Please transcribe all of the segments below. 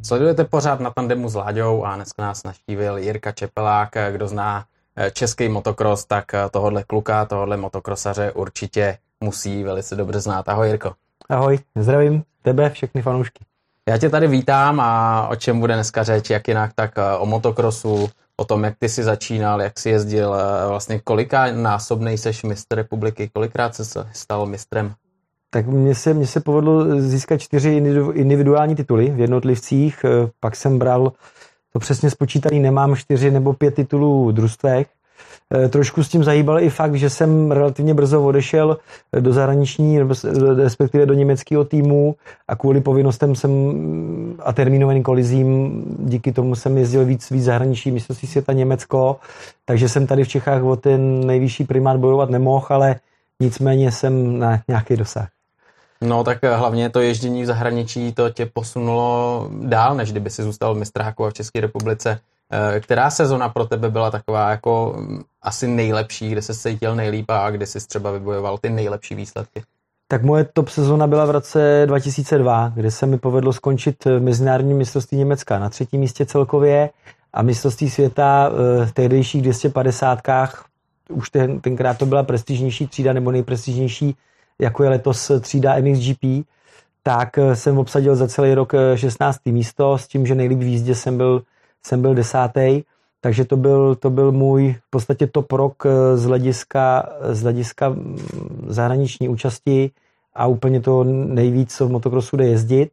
Sledujete pořád Na tandemu s Láďou a dneska nás navštívil Jirka Čepelák. Kdo zná český motokros, tak tohodle kluka, tohodle motokrosaře určitě musí velice dobře znát. Ahoj Jirko. Ahoj, zdravím tebe, všechny fanoušky. Já tě tady vítám a o čem bude dneska řeč, jak jinak, tak o motokrosu, o tom, jak ty jsi začínal, jak jsi jezdil, vlastně kolikánásobnej seš mistr republiky, kolikrát jsi se stal mistrem? Tak mně se povedlo získat 4 individuální tituly v jednotlivcích, pak jsem bral, to přesně spočítaný, nemám 4 nebo 5 titulů v družstvech. Trošku s tím zahýbal i fakt, že jsem relativně brzo odešel do zahraniční, respektive do německého týmu a kvůli povinnostem a termínovaným kolizím, díky tomu jsem jezdil víc zahraničí, mistrovství světa Německo, takže jsem tady v Čechách o ten nejvyšší primát bojovat nemohl, ale nicméně jsem na nějaký dosah. No tak hlavně to ježdění v zahraničí, to tě posunulo dál, než kdyby si zůstal v mistráku a v České republice. Která sezona pro tebe byla taková jako asi nejlepší, kde se cítil nejlíp a kde jsi třeba vybojoval ty nejlepší výsledky? Tak moje top sezona byla v roce 2002, kde se mi povedlo skončit mezinárodní mistrovství Německa na 3. místě celkově a mistrovství světa v tehdejších 250kách. Už tenkrát to byla prestižnější třída nebo nejprestižnější, jako je letos třída MXGP, tak jsem obsadil za celý rok 16. místo s tím, že nejlíp v jízdě jsem byl 10. Takže to byl můj v podstatě top rok z hlediska zahraniční účasti a úplně to nejvíc, co v motokrosu jde jezdit.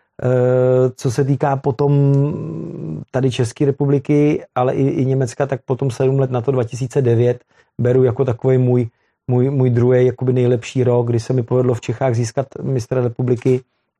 Co se týká potom tady České republiky, ale i Německa, tak potom 7 let na to 2009 beru jako takový můj druhý jakoby nejlepší rok, kdy se mi povedlo v Čechách získat mistra republiky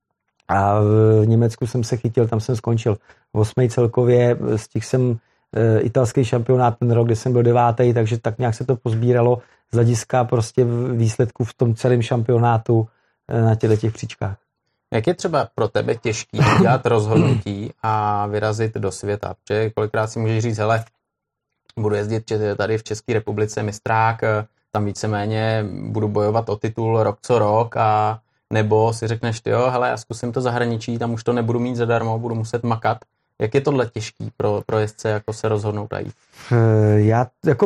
a v Německu jsem se chytil, tam jsem skončil 8. celkově, z těch jsem italský šampionát ten rok, kde jsem byl 9., takže tak nějak se to pozbíralo z hlediska prostě výsledků v tom celém šampionátu na těch příčkách. Jak je třeba pro tebe těžký dělat rozhodnutí a vyrazit do světa? Protože kolikrát si můžeš říct, hele, budu jezdit tady v České republice mistrák, tam víceméně budu bojovat o titul rok co rok, a nebo si řekneš, jo, hele, já zkusím to zahraničí, tam už to nebudu mít zadarmo, budu muset makat. Jak je tohle těžký pro jezdce, jako se rozhodnout a jít? Já, jako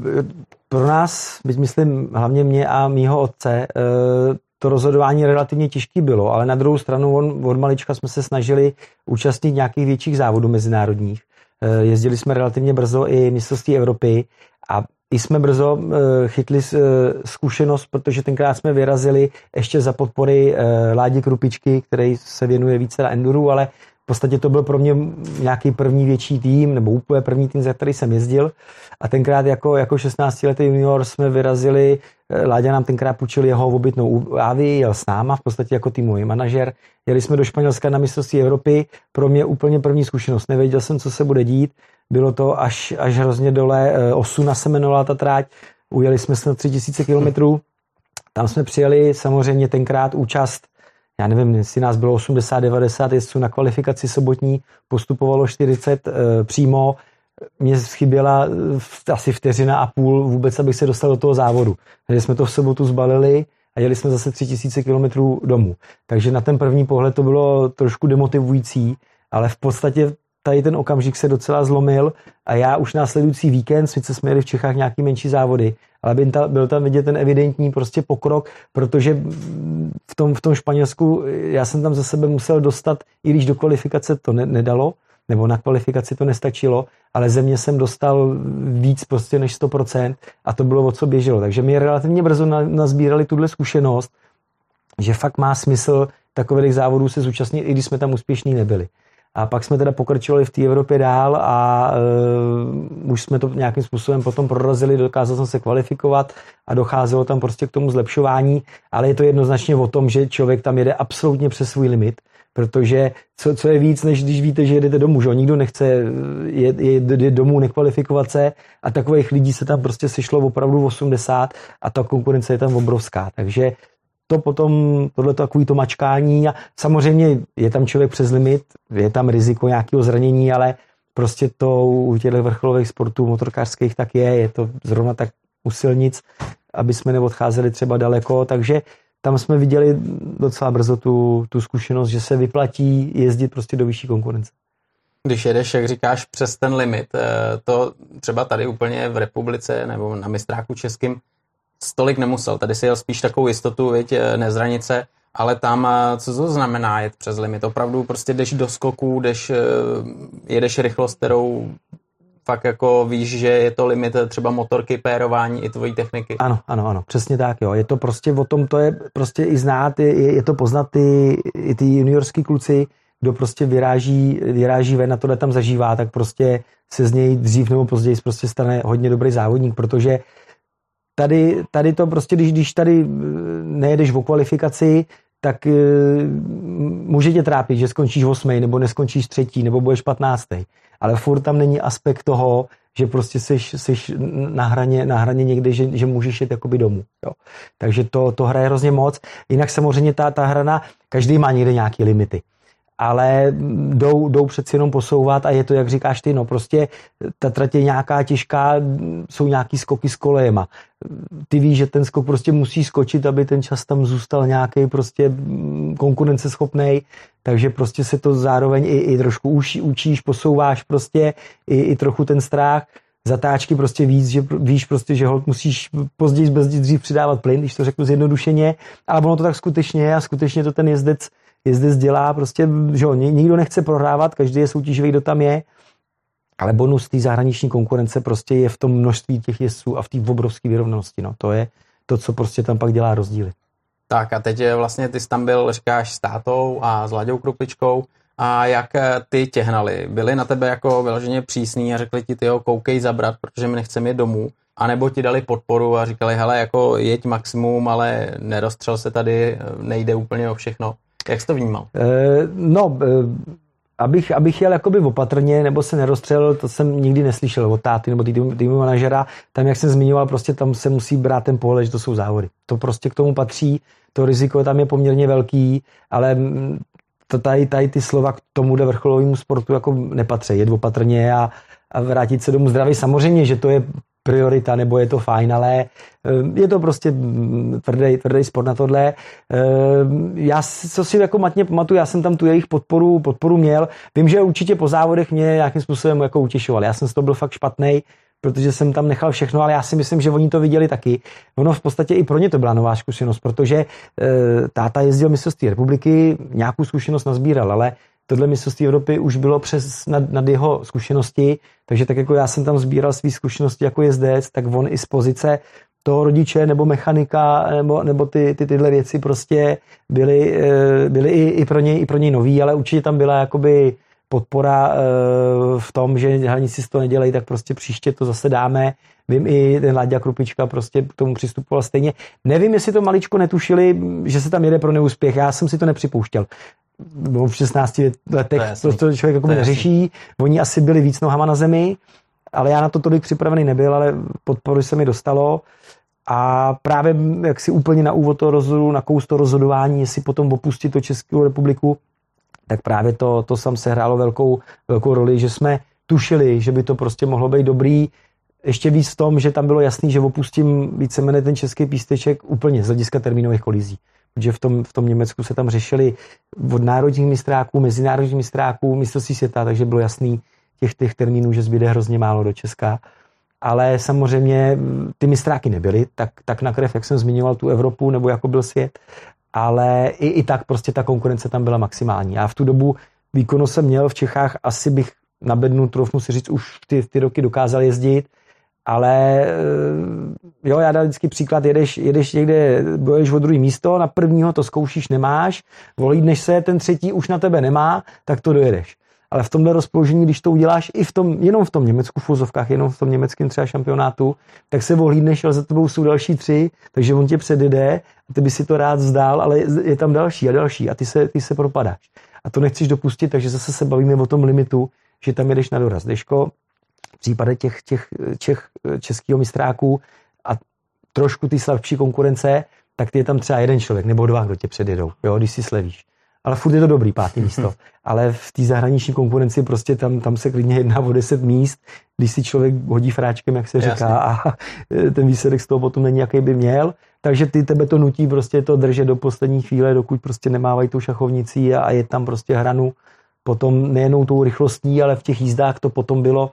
pro nás, byť myslím hlavně mě a mýho otce, to rozhodování relativně těžký bylo, ale na druhou stranu od malička jsme se snažili účastnit nějakých větších závodů mezinárodních. Jezdili jsme relativně brzo i mistrovství Evropy a i jsme brzo chytli zkušenost, protože tenkrát jsme vyrazili ještě za podpory Ládi Krupičky, který se věnuje více na enduru, ale v podstatě to byl pro mě nějaký první větší tým, nebo úplně první tým, za který jsem jezdil. A tenkrát jako 16letý junior jsme vyrazili, Láďa nám tenkrát půjčil jeho obytnou Avi, jel s náma, v podstatě jako týmový manažer. Jeli jsme do Španělska na mistrovství Evropy, pro mě úplně první zkušenost. Nevěděl jsem, co se bude dít. Bylo to až hrozně dole, Osuna se jmenovala ta tráť, ujeli jsme se na 3000 kilometrů, tam jsme přijeli samozřejmě tenkrát účast, já nevím, jestli nás bylo 80-90 jezdců na kvalifikaci sobotní, postupovalo 40 přímo, mě chyběla asi 1,5 vteřiny vůbec, abych se dostal do toho závodu. Takže jsme to v sobotu zbalili a jeli jsme zase 3000 kilometrů domů. Takže na ten první pohled to bylo trošku demotivující, ale v podstatě tady ten okamžik se docela zlomil a já už následující víkend, sice jsme jeli v Čechách nějaký menší závody, ale byl tam vidět ten evidentní prostě pokrok, protože v tom Španělsku já jsem tam za sebe musel dostat, i když do kvalifikace to nedalo, nebo na kvalifikaci to nestačilo, ale ze mě jsem dostal víc prostě než 100% a to bylo, o co běželo. Takže mi relativně brzo nazbírali tuhle zkušenost, že fakt má smysl takových závodů se zúčastnit, i když jsme tam úspěšní nebyli. A pak jsme teda pokračovali v té Evropě dál a už jsme to nějakým způsobem potom prorazili, dokázal jsem se kvalifikovat a docházelo tam prostě k tomu zlepšování, ale je to jednoznačně o tom, že člověk tam jede absolutně přes svůj limit, protože co je víc, než když víte, že jedete domů, že nikdo nechce jet domů, nekvalifikovat se a takových lidí se tam prostě sešlo opravdu 80 a ta konkurence je tam obrovská, takže to potom, tohleto takový to mačkání a samozřejmě je tam člověk přes limit, je tam riziko nějakého zranění, ale prostě to u těchto vrcholových sportů motorkářských tak je to zrovna tak u silnic, aby jsme neodcházeli třeba daleko, takže tam jsme viděli docela brzo tu zkušenost, že se vyplatí jezdit prostě do vyšší konkurence. Když jedeš, jak říkáš, přes ten limit, to třeba tady úplně v republice nebo na mistráku českým stolik nemusel. Tady si jel spíš takovou jistotu, věď, nezranit se, ale tam, co to znamená jet přes limit? Opravdu prostě jdeš do skoků, jedeš rychlost, kterou fakt jako víš, že je to limit třeba motorky, pérování i tvojí techniky. Ano, přesně tak, jo. Je to prostě o tom, to je prostě i znát, je to poznat i ty juniorský kluci, kdo prostě vyráží ven a tohle tam zažívá, tak prostě se z něj dřív nebo později prostě stane hodně dobrý závodník, protože tady to prostě, když tady nejedeš o kvalifikaci, tak může tě trápit, že skončíš 8. nebo neskončíš 3. nebo budeš 15. Ale furt tam není aspekt toho, že prostě seš na hraně někde, že můžeš jít jakoby domů. Jo. Takže to hraje hrozně moc. Jinak samozřejmě ta hrana, každý má někde nějaký limity. Ale jdou přeci jenom posouvat a je to, jak říkáš ty, no prostě ta trať je nějaká těžká, jsou nějaký skoky s kolejema. Ty víš, že ten skok prostě musí skočit, aby ten čas tam zůstal nějaký prostě konkurenceschopnej, takže prostě se to zároveň i trošku učíš, posouváš prostě i trochu ten strach. Zatáčky prostě víš prostě, že holt musíš později zbrzdit, dřív přidávat plyn, když to řeknu zjednodušeně, ale ono to tak skutečně je a skutečně to ten jezdec dělá, prostě, že jo, nikdo nechce prohrávat, každý je soutěživý, kdo tam je, ale bonus té zahraniční konkurence prostě je v tom množství těch jezdců a v té obrovské vyrovnanosti, no, to je to, co prostě tam pak dělá rozdíly. Tak a teď vlastně ty jsi tam byl, říkáš, s tátou a s Láďou Krupičkou a jak ty tě hnali? Byli na tebe jako vyloženě přísný a řekli ti, tyjo, koukej zabrat, protože my nechceme jít domů, anebo ti dali podporu a říkali, hele, jako jeď maximum, ale nerozstřel se tady, nejde úplně o všechno. Jak jsi to vnímal? Abych jel jakoby opatrně nebo se nerozstřelil, to jsem nikdy neslyšel od táty nebo týmu manažera. Tam, jak jsem zmiňoval, prostě tam se musí brát ten pohled, že to jsou závody. To prostě k tomu patří, to riziko tam je poměrně velký, ale tady ty slova k tomuhle vrcholovému sportu jako nepatří. Jet opatrně a vrátit se domů zdravý. Samozřejmě, že to je priorita, nebo je to fajn, ale je to prostě tvrdý sport na tohle. Já co si jako matně pamatuju, já jsem tam tu jejich podporu měl. Vím, že určitě po závodech mě nějakým způsobem jako utěšoval. Já jsem z toho byl fakt špatnej, protože jsem tam nechal všechno, ale já si myslím, že oni to viděli taky. Ono v podstatě i pro ně to byla nová zkušenost, protože táta jezdil mistrovství republiky, nějakou zkušenost nazbíral, ale tohle mistrovství Evropy už bylo nad jeho zkušenosti, takže tak jako já jsem tam sbíral svý zkušenosti jako jezdec, tak on i z pozice toho rodiče nebo mechanika nebo tyhle věci prostě byly i pro něj nový, ale určitě tam byla jakoby podpora v tom, že hranici si to nedělají, tak prostě příště to zase dáme. Vím, i ten Láďa Krupička prostě k tomu přistupoval stejně. Nevím, jestli to maličko netušili, že se tam jede pro neúspěch. Já jsem si to nepřipouštěl. V 16 letech to člověk jako neřeší. Oni asi byli víc nohama na zemi, ale já na to tolik připravený nebyl, ale podporu se mi dostalo. A právě jak si úplně na úvod toho rozhodu, na kous toho rozhodování, jestli potom opustit to Českou republiku, tak právě to sam sehrálo velkou roli, že jsme tušili, že by to prostě mohlo být dobrý. Ještě víc v tom, že tam bylo jasný, že opustím víceméně ten český písteček úplně z hlediska termínových kolizí. Protože v tom Německu se tam řešili od národních mistráků, mezinárodních mistráků, mistrovství světa, takže bylo jasný těch termínů, že zbyde hrozně málo do Česka. Ale samozřejmě ty mistráky nebyly, tak na krev, jak jsem zmiňoval tu Evropu, nebo jako byl svět, ale i tak prostě ta konkurence tam byla maximální. Já v tu dobu výkonu jsem měl v Čechách, asi bych na bednu, troufnu si říct, už ty roky dokázal jezdit, ale jo, já dal vždycky příklad, jedeš někde, bojuješ o druhý místo, na prvního to zkoušíš, nemáš, volídneš se, ten třetí už na tebe nemá, tak to dojedeš. Ale v tomhle rozpoložení, když to uděláš jenom v tom Německu v úzovkách, jenom v tom německém třeba šampionátu, tak se ohlídneš, ale za tebou jsou další 3, takže on tě předjede a ty by si to rád vzdál, ale je tam další a další a ty se propadáš. A to nechceš dopustit, takže zase se bavíme o tom limitu, že tam jedeš na doraz. Deško, v případě těch českého mistráků a trošku ty slabší konkurence, tak ty je tam třeba jeden člověk nebo 2, kdo tě předjedou, jo, když si slevíš. ale furt je to dobrý 5. místo. Ale v té zahraniční konkurenci prostě tam se klidně jedná o 10 míst, když si člověk hodí fráčkem, jak se říká, a ten výsledek z toho potom není, jaký by měl. Takže tebe to nutí prostě to držet do poslední chvíle, dokud prostě nemávají tu šachovnicí a je tam prostě hranu. Potom nejenom tou rychlostí, ale v těch jízdách to potom bylo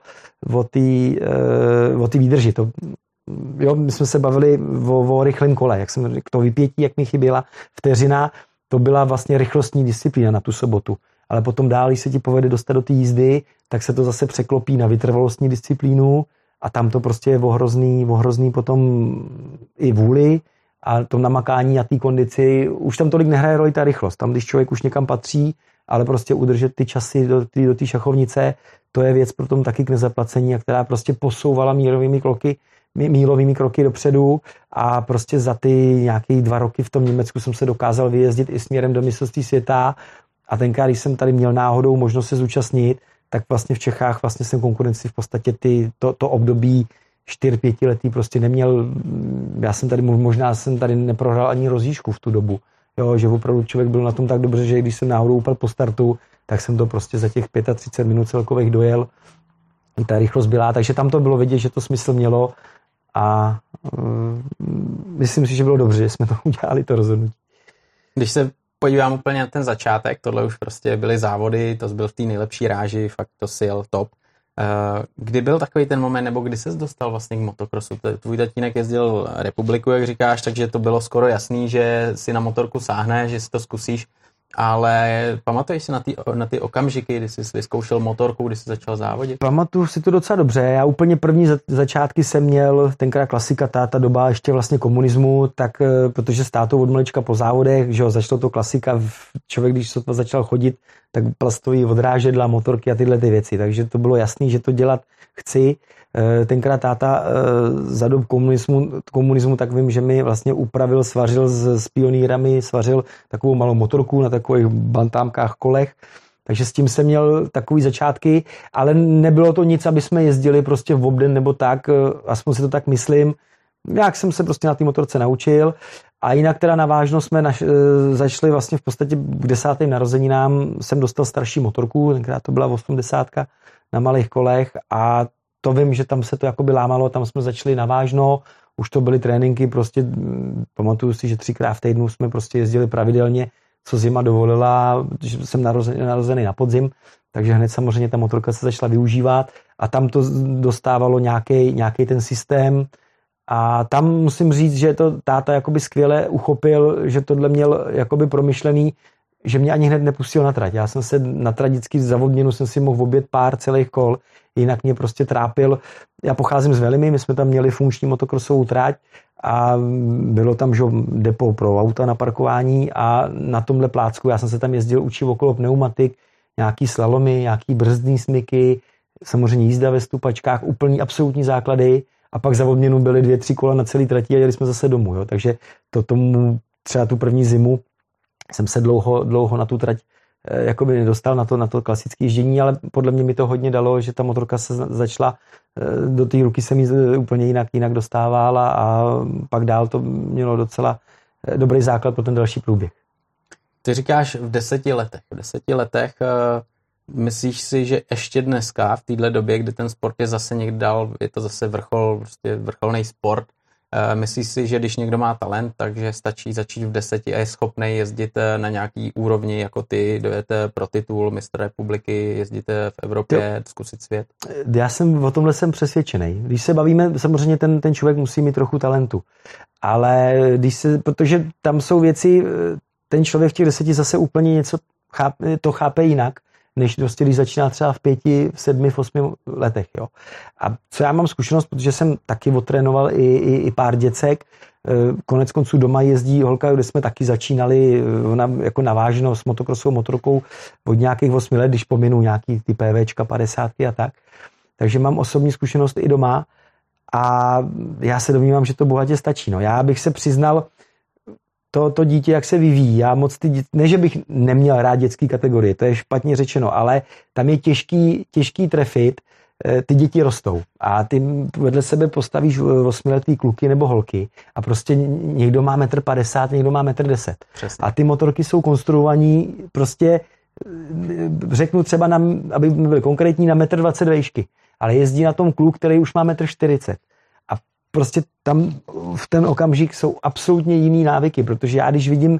o té výdrži. My jsme se bavili o rychlém kole, jak jsem řekl, to vypětí, jak mi chyběla vteřina, to byla vlastně rychlostní disciplína na tu sobotu. Ale potom dál, když se ti povede dostat do té jízdy, tak se to zase překlopí na vytrvalostní disciplínu a tam to prostě je ohrozný potom i vůli a to namakání a té kondici. Už tam tolik nehraje roli ta rychlost. Tam, když člověk už někam patří, ale prostě udržet ty časy do té šachovnice, to je věc potom taky k nezaplacení, a která prostě posouvala mílovými kroky dopředu a prostě za ty nějaký 2 roky v tom Německu jsem se dokázal vyjezdit i směrem do mistrovství světa a tenkrát, když jsem tady měl náhodou možnost se zúčastnit, tak vlastně v Čechách vlastně jsem konkurenci v podstatě to období 4-5 letý prostě neměl. Já jsem tady možná neprohrál ani rozjížďku v tu dobu. Jo, že opravdu člověk byl na tom tak dobře, že když jsem náhodou upadl po startu, tak jsem to prostě za těch 35 minut celkových dojel. I ta rychlost byla, takže tam to bylo vidět, že to smysl mělo a myslím si, že bylo dobře, že jsme to udělali, to rozhodnutí. Když se podívám úplně na ten začátek, tohle už prostě byly závody, to byl v té nejlepší ráži, fakt to si jel top. Kdy byl takový ten moment, nebo kdy ses dostal vlastně k motokrosu? Tvůj tatínek jezdil republiku, jak říkáš, takže to bylo skoro jasný, že si na motorku sáhneš, že si to zkusíš, ale pamatuješ si na ty okamžiky, kdy jsi vyzkoušel motorku, kdy jsi začal závodit? Pamatuju si to docela dobře. Já úplně první začátky jsem měl, tenkrát klasika, ta doba ještě vlastně komunismu, tak protože s tátou od malička po závodech, že jo, začalo to klasika, člověk, když to začal chodit, tak plastový odrážedla, motorky a tyhle ty věci, takže to bylo jasný, že to dělat chci. Tenkrát táta za dob komunismu, tak vím, že mi vlastně upravil, svařil s pionýrami, svařil takovou malou motorku na takových bantámkách, kolech, takže s tím jsem měl takový začátky, ale nebylo to nic, aby jsme jezdili prostě v obden nebo tak, aspoň si to tak myslím. Jak jsem se prostě na té motorce naučil a jinak teda na vážnost jsme začali vlastně v podstatě k 10. narozeninám jsem dostal starší motorku, tenkrát to byla 80 na malých kolech a to vím, že tam se to jakoby lámalo, tam jsme začali navážno, už to byly tréninky, prostě pamatuju si, že 3krát v týdnu jsme prostě jezdili pravidelně, co zima dovolila, že jsem narozený na podzim, takže hned samozřejmě ta motorka se začala využívat a tam to dostávalo nějaký ten systém a tam musím říct, že to táta jakoby skvěle uchopil, že tohle měl jakoby promyšlený, že mě ani hned nepustil na trať. Já jsem se na trať vždycky za odměnu jsem si mohl objet pár celých kol, jinak mě prostě trápil. Já pocházím z Velimy, my jsme tam měli funkční motokrosovou trať a bylo tam depo pro auta na parkování a na tomhle plácku já jsem se tam jezdil učil okolo pneumatik, nějaký slalomy, nějaký brzdní smyky, samozřejmě jízda ve stupačkách, úplný absolutní základy a pak za odměnu byly 2-3 kola na celý trati a jeli jsme zase domů. Jo. Takže to tomu třeba tu první zimu jsem se dlouho na tu trať jakoby nedostal na to klasické ježdění, ale podle mě mi to hodně dalo, že ta motorka se začala do té ruky se mi úplně jinak dostávala a pak dál to mělo docela dobrý základ pro ten další průběh. Ty říkáš v 10 letech. V 10 letech myslíš si, že ještě dneska v téhle době, kdy ten sport je zase někde dál, je to zase vrcholný sport, myslíš si, že když někdo má talent, takže stačí začít v 10 a je schopný jezdit na nějaký úrovni, jako ty, dojete pro titul mistra republiky, jezdíte v Evropě, zkusit svět? Já jsem o tomhle přesvědčený. Když se bavíme, samozřejmě ten člověk musí mít trochu talentu, ale protože tam jsou věci, ten člověk v těch 10 zase úplně něco chápe jinak, než prostě, když začíná třeba v 5, v 7, v 8 letech. Jo. A co já mám zkušenost, protože jsem taky odtrénoval i pár děcek, konec konců doma jezdí holka, kde jsme taky začínali jako naváženo s motokrosovou motorkou od nějakých 8 let, když pominu nějaký ty PVčka, 50 a tak. Takže mám osobní zkušenost i doma a já se domnívám, že to bohatě stačí. No. Já bych se přiznal, to dítě, jak se vyvíjí, já moc ne, že bych neměl rád dětské kategorie, to je špatně řečeno, ale tam je těžký trefit, ty děti rostou a ty vedle sebe postavíš 8letý kluky nebo holky a prostě někdo má 1,50 m, někdo má 1,10 m. A ty motorky jsou konstruovaní prostě, řeknu třeba, aby byly konkrétní, na 1,20 m výšky. Ale jezdí na tom kluk, který už má 1,40 m. A prostě tam v ten okamžik jsou absolutně jiný návyky, protože já když vidím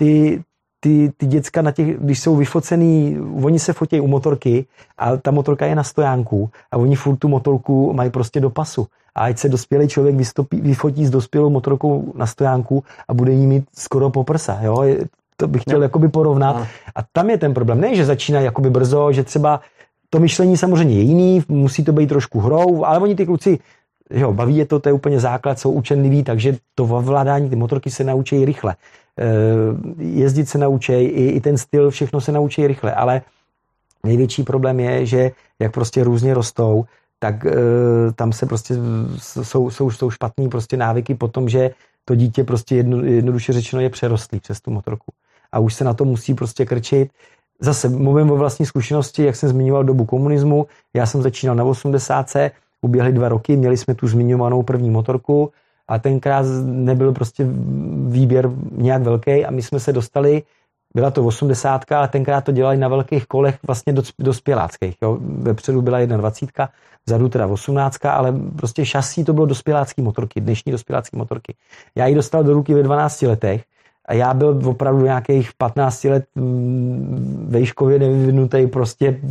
ty děcka na těch, když jsou vyfocený, oni se fotí u motorky a ta motorka je na stojánku a oni furt tu motorku mají prostě do pasu. A ať se dospělý člověk vyfotí s dospělou motorkou na stojánku a bude jí mít skoro po prsa. Jo? To bych chtěl jakoby porovnat. A tam je ten problém. Ne, že začíná jakoby brzo, že třeba to myšlení samozřejmě je jiný, musí to být trošku hrou, ale oni ty kluci, jo, baví je to je úplně základ, jsou učenliví, takže to ovládání, ty motorky se naučí rychle. Jezdit se naučí, i ten styl, všechno se naučí rychle, ale největší problém je, že jak prostě různě rostou, tak tam se prostě jsou špatný prostě návyky po tom, že to dítě prostě jednoduše řečeno je přerostlý přes tu motorku. A už se na to musí prostě krčit. Zase mluvím o vlastní zkušenosti, jak jsem zmiňoval dobu komunismu, já jsem začínal na 80, uběhly 2 roky, měli jsme tu zmiňovanou první motorku a tenkrát nebyl prostě výběr nějak velký a my jsme se dostali, byla to 80 a tenkrát to dělali na velkých kolech vlastně dospěláckých. Jo. Vepředu byla 21, vzadu teda 18, ale prostě šasí to bylo dospělácký motorky, dnešní dospělácký motorky. Já ji dostal do ruky ve 12 letech a já byl opravdu nějakých 15 let vejškově nevyvinutý prostě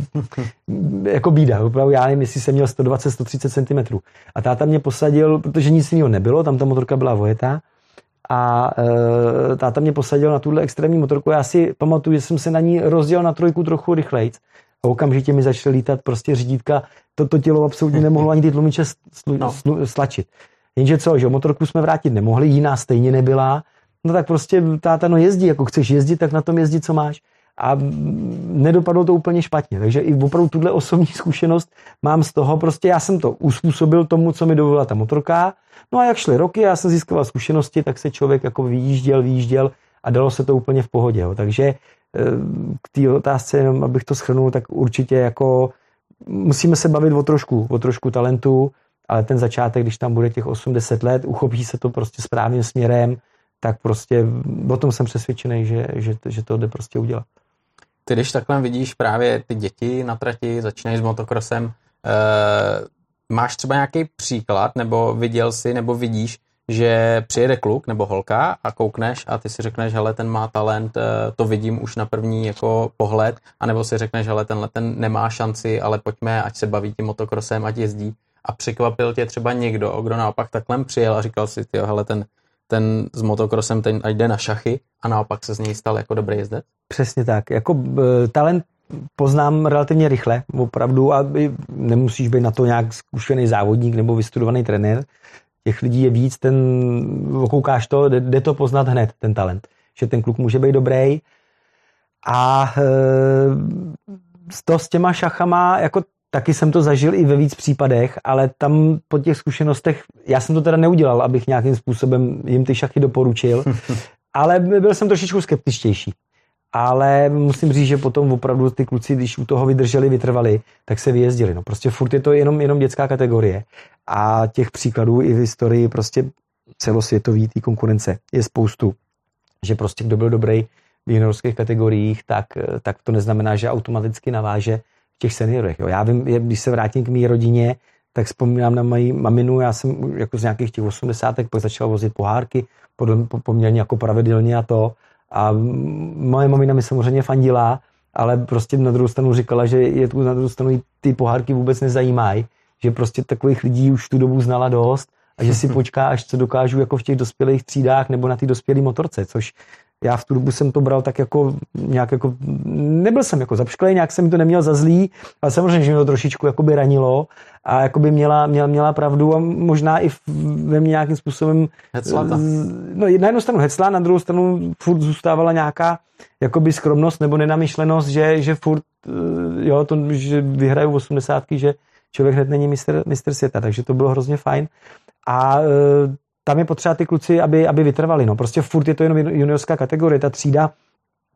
jako bída. Opravdu já nevím, jestli jsem měl 120-130 cm. A táta mě posadil, protože nic jiného nebylo, tam ta motorka byla vojetá, a táta mě posadil na tuhle extrémní motorku. Já si pamatuju, že jsem se na ní rozdělal na 3 trochu rychlejc a okamžitě mi začaly lítat prostě řídítka. Toto tělo absolutně nemohlo ani ty tlumiče stlačit. Jenže co, že motorku jsme vrátit nemohli, jiná stejně nebyla. No tak prostě táta, jezdí, jako chceš jezdit, tak na tom jezdí, co máš. A nedopadlo to úplně špatně. Takže i opravdu tuhle osobní zkušenost mám z toho, prostě já jsem to uspůsobil tomu, co mi dovolila ta motorka. No a jak šly roky, já jsem získal zkušenosti, tak se člověk jako vyjížděl a dalo se to úplně v pohodě. Jo. Takže k té otázce, jenom abych to shrnul, tak určitě jako musíme se bavit o trošku talentu, ale ten začátek, když tam bude těch 8-10 let, uchopí se to prostě správným směrem, tak prostě o tom jsem přesvědčený, že to jde prostě udělat. Ty když takhle vidíš právě ty děti na trati, začínají s motokrosem, máš třeba nějaký příklad, nebo viděl jsi, nebo vidíš, že přijede kluk nebo holka a koukneš a ty si řekneš, hele, ten má talent, to vidím už na první jako pohled, anebo si řekneš, hele, tenhle ten nemá šanci, ale pojďme, ať se baví tím motokrosem, ať jezdí. A překvapil tě třeba někdo, kdo naopak takhle přijel a říkal si, tyjo, hele, ten s motokrosem, ten ať jde na šachy a naopak se z něj stal jako dobrý jezdec? Přesně tak. Jako talent poznám relativně rychle, opravdu, a nemusíš být na to nějak zkušený závodník nebo vystudovaný trenér. Těch lidí je víc, okoukáš to, jde to poznat hned, ten talent. Že ten kluk může být dobrý. A s těma šachama, jako taky jsem to zažil i ve víc případech, ale tam po těch zkušenostech, já jsem to teda neudělal, abych nějakým způsobem jim ty šachy doporučil, ale byl jsem trošičku skeptičtější. Ale musím říct, že potom opravdu ty kluci, když u toho vytrvali, tak se vyjezdili. No prostě furt je to jenom dětská kategorie. A těch příkladů i v historii prostě celosvětový té konkurence je spoustu. Že prostě kdo byl dobrý v juniorských kategoriích, tak to neznamená, že automaticky naváže v těch seniorech. Jo. Já vím, když se vrátím k mý rodině, tak vzpomínám na moji maminu, já jsem jako z nějakých těch 80. pak začal vozit pohárky, poměrně jako pravidelně a to. A moje mamina mi samozřejmě fandila, ale prostě na druhou stranu říkala, že je tu na druhou stranu ty pohárky vůbec nezajímají, že prostě takových lidí už tu dobu znala dost a že si počká, až co dokážu jako v těch dospělých třídách nebo na té dospělé motorce, což já v tu dobu jsem to bral tak jako nějak jako, nebyl jsem jako zapšklej, nějak jsem to neměl za zlý, ale samozřejmě, že mě to trošičku jakoby ranilo a jakoby měla pravdu a možná i ve mně nějakým způsobem no, na jednu stranu hecla, na druhou stranu furt zůstávala nějaká jakoby skromnost nebo nenamyšlenost, že furt jo, to, že vyhraju 80, že člověk hned není mistr světa, takže to bylo hrozně fajn a tam je potřeba ty kluci, aby vytrvali. No. Prostě furt je to jenom juniorská kategorie. Ta třída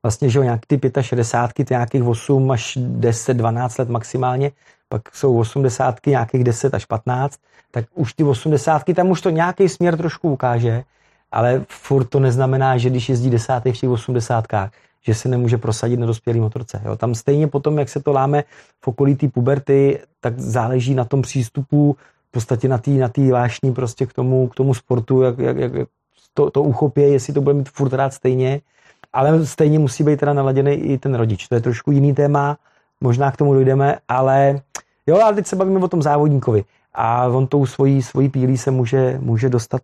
vlastně, že nějaký ty 65, ty nějakých 8 až 10, 12 let maximálně, pak jsou 80, nějakých 10 až 15, tak už ty 80, tam už to nějaký směr trošku ukáže, ale furt to neznamená, že když jezdí 10. v těch 80, že se nemůže prosadit na dospělý motorce. Jo. Tam stejně potom, jak se to láme v okolí té puberty, tak záleží na tom přístupu, v podstatě na té vášní prostě k tomu sportu, jak to uchopě, jestli to bude mít furt rád stejně, ale stejně musí být teda naladěný i ten rodič. To je trošku jiný téma, možná k tomu dojdeme, ale jo, ale teď se bavíme o tom závodníkovi a on tou svojí pílí se může dostat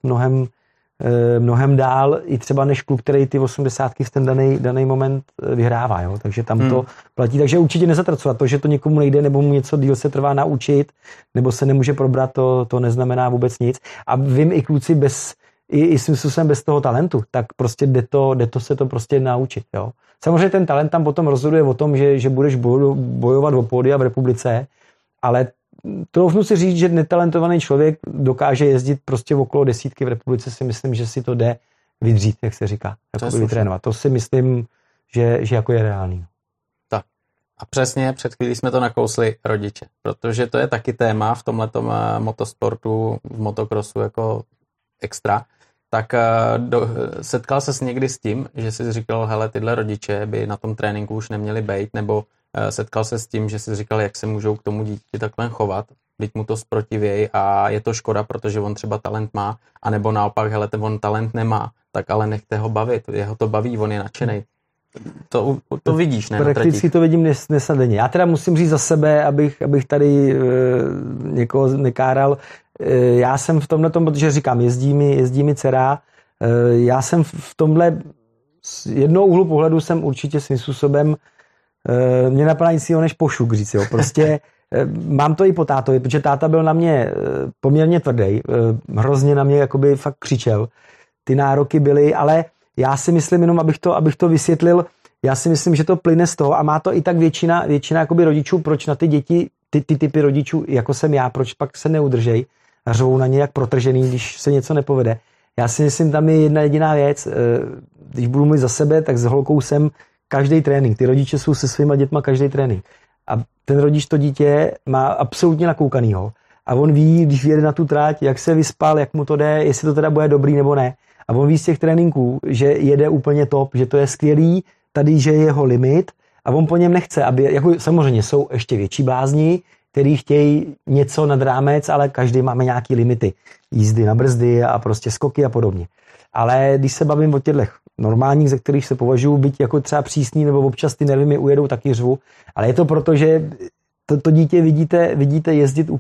mnohem dál i třeba než kluk, který ty 80 v ten daný moment vyhrává, jo? Takže tam to platí. Takže určitě nezatracovat to, že to někomu nejde, nebo mu něco díl se trvá naučit, nebo se nemůže probrat, to neznamená vůbec nic. A vím i kluci i svým způsobem bez toho talentu, tak prostě jde to se to prostě naučit, jo? Samozřejmě ten talent tam potom rozhoduje o tom, že budeš bojovat o pódia v republice, ale troufnu si říct, že netalentovaný člověk dokáže jezdit prostě okolo 10 v republice, si myslím, že si to jde vydřít, jak se říká, jako vytrénovat. To si myslím, že jako je reálný. Tak. A přesně před chvílí jsme to nakousli rodiče, protože to je taky téma v tomhletom motosportu, v motokrosu jako extra. Tak setkal ses někdy s tím, že jsi říkal, hele, tyhle rodiče by na tom tréninku už neměli být, nebo setkal se s tím, že jsi říkal, jak se můžou k tomu dítěti takhle chovat, byť mu to zprotivěj a je to škoda, protože on třeba talent má, anebo naopak, hele, on talent nemá, tak ale nechte ho bavit, jeho to baví, on je nadšenej. To vidíš, ne? Prakticky to vidím nesadeně. Já teda musím říct za sebe, abych tady někoho nekáral. Já jsem v tomhletom, protože říkám, jezdí mi dcera, já jsem v tomhle z jednoho úhlu pohledu jsem určitě svým způsobem mě napadá nic jiného než pošuk říct, jo. Prostě mám to i po tátovi, protože táta byl na mě poměrně tvrdý, hrozně na mě jakoby fakt křičel. Ty nároky byly, ale já si myslím jenom, abych to vysvětlil, já si myslím, že to plyne z toho a má to i tak většina jakoby rodičů, proč na ty děti, ty typy rodičů, jako jsem já, proč pak se neudržej a řvou na ně jak protržený, když se něco nepovede. Já si myslím, tam je jedna jediná věc, když budu mluvit za sebe, tak s holkou jsem každý trénink. Ty rodiče jsou se svýma dětma každý trénink. A ten rodič to dítě má absolutně nakoukanýho. A on ví, když jede na tu trať, jak se vyspal, jak mu to jde, jestli to teda bude dobrý nebo ne. A on ví z těch tréninků, že jede úplně top, že to je skvělý, tady, že je jeho limit a on po něm nechce, aby, jako samozřejmě jsou ještě větší blázni, který chtějí něco nad rámec, ale každý máme nějaký limity. Jízdy na brzdy a prostě skoky a podobně. Ale když se bavím o těchto normálních, ze kterých se považuji být jako třeba přísný, nebo občas ty nervy mi ujedou, taky řvu, ale je to proto, že to dítě vidíte jezdit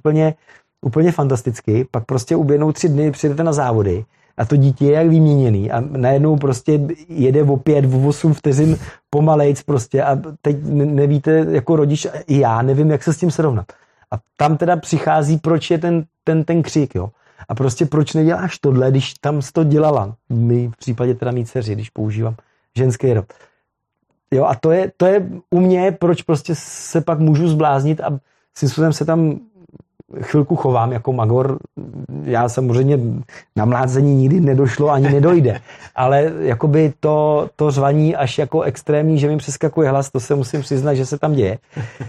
úplně fantasticky, pak prostě uběhnou 3 dny, přijdete na závody a to dítě je jak vyměněný a najednou prostě jede o 5, o 8 vteřin pomalejc prostě a teď nevíte jako rodič, i já nevím, jak se s tím srovnat. A tam teda přichází, proč je ten křik, jo. A prostě proč neděláš tohle, když tam jsi to dělala? My v případě teda mý dceři, když používám ženský rod. Jo, a to je u mě, proč prostě se pak můžu zbláznit a svým způsobem se tam chvilku chovám jako magor. Já samozřejmě na mlácení nikdy nedošlo, ani nedojde. Ale jakoby to řvaní až jako extrémní, že mi přeskakuje hlas, to se musím přiznat, že se tam děje.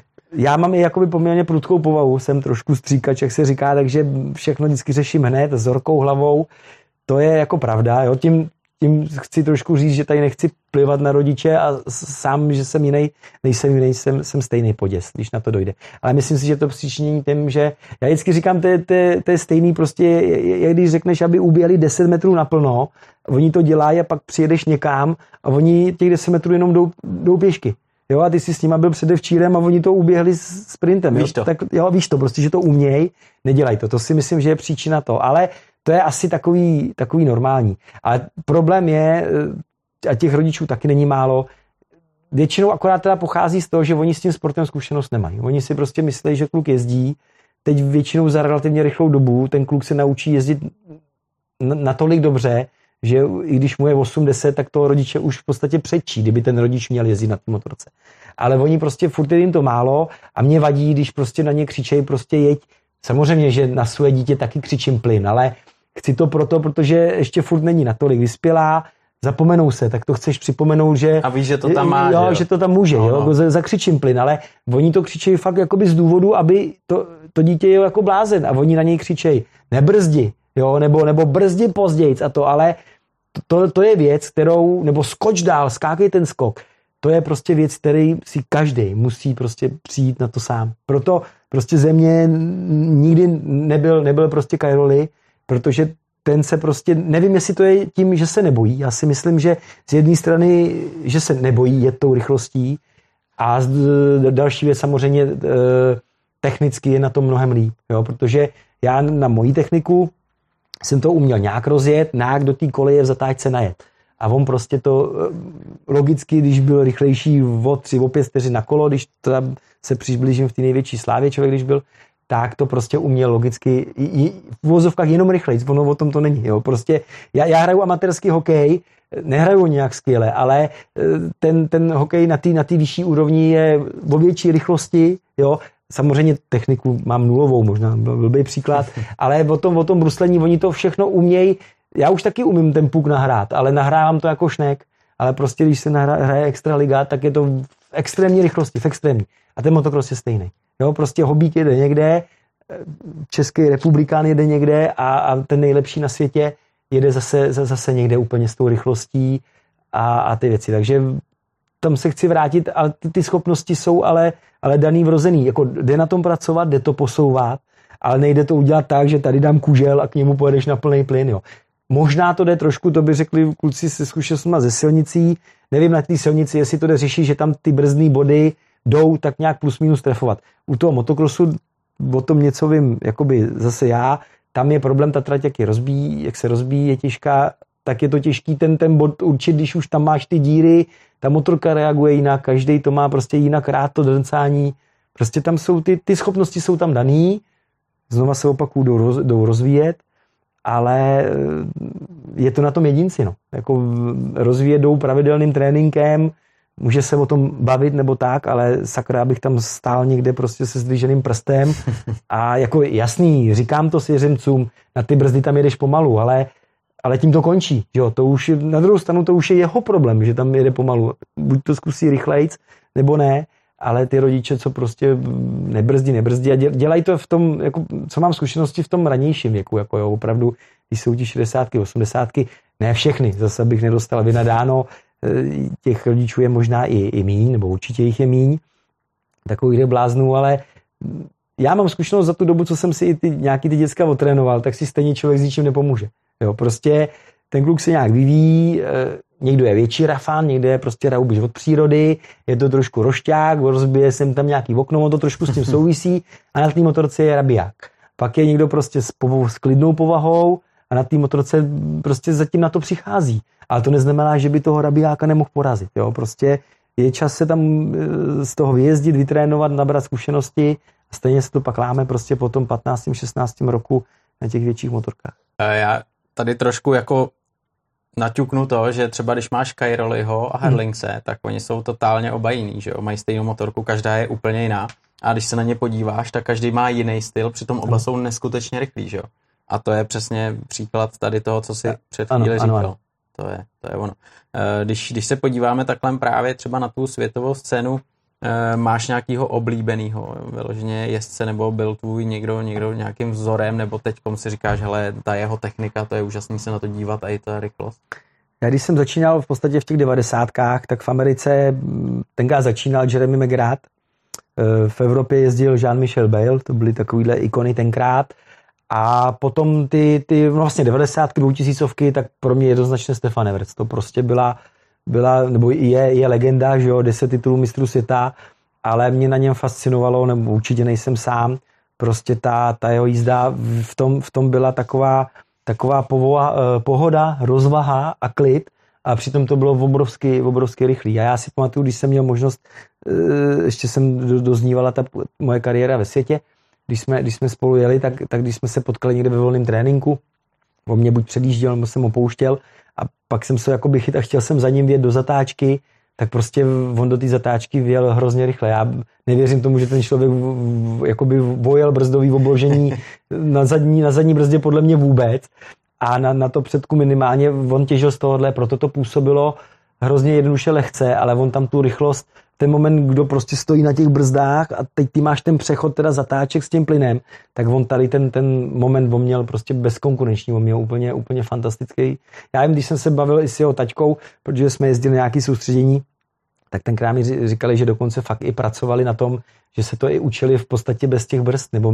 Já mám i jakoby poměrně prudkou povahu, jsem trošku stříkač, jak se říká, takže všechno vždycky řeším hned s horkou hlavou. To je jako pravda, jo? Tím chci trošku říct, že tady nechci plivat na rodiče a sám, že jsem jiný, nejsem jiný, jsem stejný poděs, když na to dojde. Ale myslím si, že to příčinění tím, že já vždycky říkám, to je stejný prostě, jak když řekneš, aby uběhli 10 metrů naplno, oni to dělají a pak přijedeš někam a oni těch 10 metrů jenom jdou pěšky. Jo, a ty jsi s nima byl předevčírem a oni to uběhli sprintem. Víš to. Tak, jo, víš to, prostě, že to umějí, nedělají to. To si myslím, že je příčina to. Ale to je asi takový normální. Ale problém je, a těch rodičů taky není málo, většinou akorát teda pochází z toho, že oni s tím sportem zkušenost nemají. Oni si prostě myslí, že kluk jezdí, teď většinou za relativně rychlou dobu ten kluk se naučí jezdit natolik dobře, že i když mu je 80, tak toho rodiče už v podstatě předčí, kdyby ten rodič měl jezdit na té motorce. Ale oni prostě furt je jim to málo a mě vadí, když prostě na ně křičejí, prostě jeď. Samozřejmě, že na své dítě taky křičím plyn, ale chci to proto, protože ještě furt není natolik vyspělá, zapomenou se, tak to chceš připomenout, že... A víš, že to tam má, že to tam může, no. Zakřičím plyn, ale oni to křičejí fakt jakoby z důvodu, aby to dítě je jako blázen a oni na něj křičejí, nebrzdi, jo, nebo brzdi pozdějc a to, ale to je věc, kterou, nebo skoč dál, skákej ten skok, to je prostě věc, který si každý musí prostě přijít na to sám. Proto prostě ze mě nikdy nebyl prostě Cairoli, protože ten se prostě, nevím, jestli to je tím, že se nebojí. Já si myslím, že z jedné strany, že se nebojí jet tou rychlostí a další věc samozřejmě technicky je na tom mnohem líp, jo, protože já na mojí techniku jsem to uměl nějak rozjet, nějak do té koleje v zatáčce najet. A on prostě to logicky, když byl rychlejší o 3, o 5 vteřin na kolo, když to se přiblížím v té největší slávě člověk, když byl, tak to prostě uměl logicky v vozovkách jenom rychleji, ono o tom to není. Jo. Prostě já hraju amatérský hokej, nehraju nějak skvěle, ale ten hokej na té vyšší úrovni je o větší rychlosti, jo. Samozřejmě techniku mám nulovou, možná blbý příklad, ale o tom bruslení, oni to všechno umějí. Já už taky umím ten puk nahrát, ale nahrávám to jako šnek, ale prostě když se hraje extraliga, tak je to v extrémní rychlosti, v extrémní. A ten motocross je stejný. Jo, prostě hobík jede někde, Český republikán jede někde a ten nejlepší na světě jede zase někde úplně s tou rychlostí a ty věci. Takže tam se chci vrátit, ale ty schopnosti jsou ale daný vrozený. Jako jde na tom pracovat, jde to posouvat, ale nejde to udělat tak, že tady dám kužel a k němu pojedeš na plný plyn. Jo. Možná to jde trošku, to by řekli kluci se zkušenostmi ze silnicí. Nevím na té silnici, jestli to jde řešit, že tam ty brzdné body jdou tak nějak plus minus trefovat. U toho motokrosu o tom něco vím, jakoby zase já, tam je problém ta trať, jak se rozbíjí, je těžká, tak je to těžký ten bod určit, když už tam máš ty díry, ta motorka reaguje jinak, každý to má prostě jinak rád to drncání, prostě tam jsou ty schopnosti jsou tam daný, znova se opakuju, jdou rozvíjet, ale je to na tom jedinci, no. Jako rozvíjet jdou pravidelným tréninkem, může se o tom bavit nebo tak, ale sakra, abych tam stál někde prostě se zdviženým prstem a jako jasný, říkám to svěřencům, na ty brzdy tam jedeš pomalu, ale tím to končí, jo, to už na druhou stranu to už je jeho problém, že tam jede pomalu, buď to zkusí rychlejc, nebo ne, ale ty rodiče, co prostě nebrzdí a dělají to v tom, jako, co mám zkušenosti v tom ranějším věku, jako jo, opravdu, když jsou ti 60, 80, ne všechny, zase bych nedostal vynadáno, těch rodičů je možná i míň, nebo určitě jich je míň, takových bláznů, ale já mám zkušenost za tu dobu, co jsem si i nějaký ty děcka otrénoval, tak si stejně člověk s ničím nepomůže. Jo, prostě ten kluk se nějak vyvíjí, někdo je větší rafán, někdo je prostě raubiš od přírody, je to trošku rošťák, rozbije sem tam nějaký okno, on to trošku s tím souvisí a na té motorce je rabiák. Pak je někdo prostě s klidnou povahou a na té motorce prostě zatím na to přichází. Ale to neznamená, že by toho rabiáka nemohl porazit. Jo? Prostě je čas se tam z toho vyjezdit, vytrénovat, nabrat zkušenosti a stejně se to pak láme prostě po tom 15. 16. roku na těch větších motorkách. Já tady trošku jako naťuknu to, že třeba když máš Cairoliho a Herlingse, tak oni jsou totálně oba jiný, že jo? Mají stejnou motorku, každá je úplně jiná. A když se na ně podíváš, tak každý má jiný styl, přitom oba jsou neskutečně rychlí, že jo? A to je přesně příklad tady toho, co si před chvíli říkal. Ano. To je ono. Když se podíváme takhle právě třeba na tu světovou scénu, máš nějakýho oblíbenýho vyloženě jezdce, nebo byl tvůj někdo nějakým vzorem, nebo teďkom si říkáš, hele, ta jeho technika, to je úžasný se na to dívat a i ta rychlost? Já když jsem začínal v podstatě v těch 90kách, tak v Americe tenkrát začínal Jeremy McGrath, v Evropě jezdil Jean-Michel Bayle, to byly takovýhle ikony tenkrát. A potom ty vlastně 90, 2000, tak pro mě jednoznačně Stefan Everts. To prostě byla nebo je legenda, že jo, 10 titulů mistrů světa, ale mě na něm fascinovalo, nebo určitě nejsem sám, prostě ta jeho jízda v tom byla taková pohoda, rozvaha a klid a přitom to bylo obrovsky rychlý. A já si pamatuju, když jsem měl možnost, ještě jsem doznívala ta moje kariéra ve světě, když jsme spolu jeli, tak když jsme se potkali někde ve volném tréninku, on mě buď předjížděl, nebo jsem opouštěl a pak jsem se jakoby chyt a chtěl jsem za ním vjet do zatáčky, tak prostě on do té zatáčky vjel hrozně rychle. Já nevěřím tomu, že ten člověk jakoby vojel brzdový obložení na zadní brzdě podle mě vůbec, a na to předku minimálně on těžil z tohohle, proto to působilo hrozně jednoduše lehce, ale on tam tu rychlost, ten moment, kdo prostě stojí na těch brzdách a teď ty máš ten přechod teda zatáček s tím plynem, tak on tady ten moment on měl prostě bezkonkurenční, on měl úplně fantastický. Já jim, když jsem se bavil i s jeho taťkou, protože jsme jezdili na nějaké soustředění, tak tenkrát mi říkali, že dokonce fakt i pracovali na tom, že se to i učili v podstatě bez těch brzd, nebo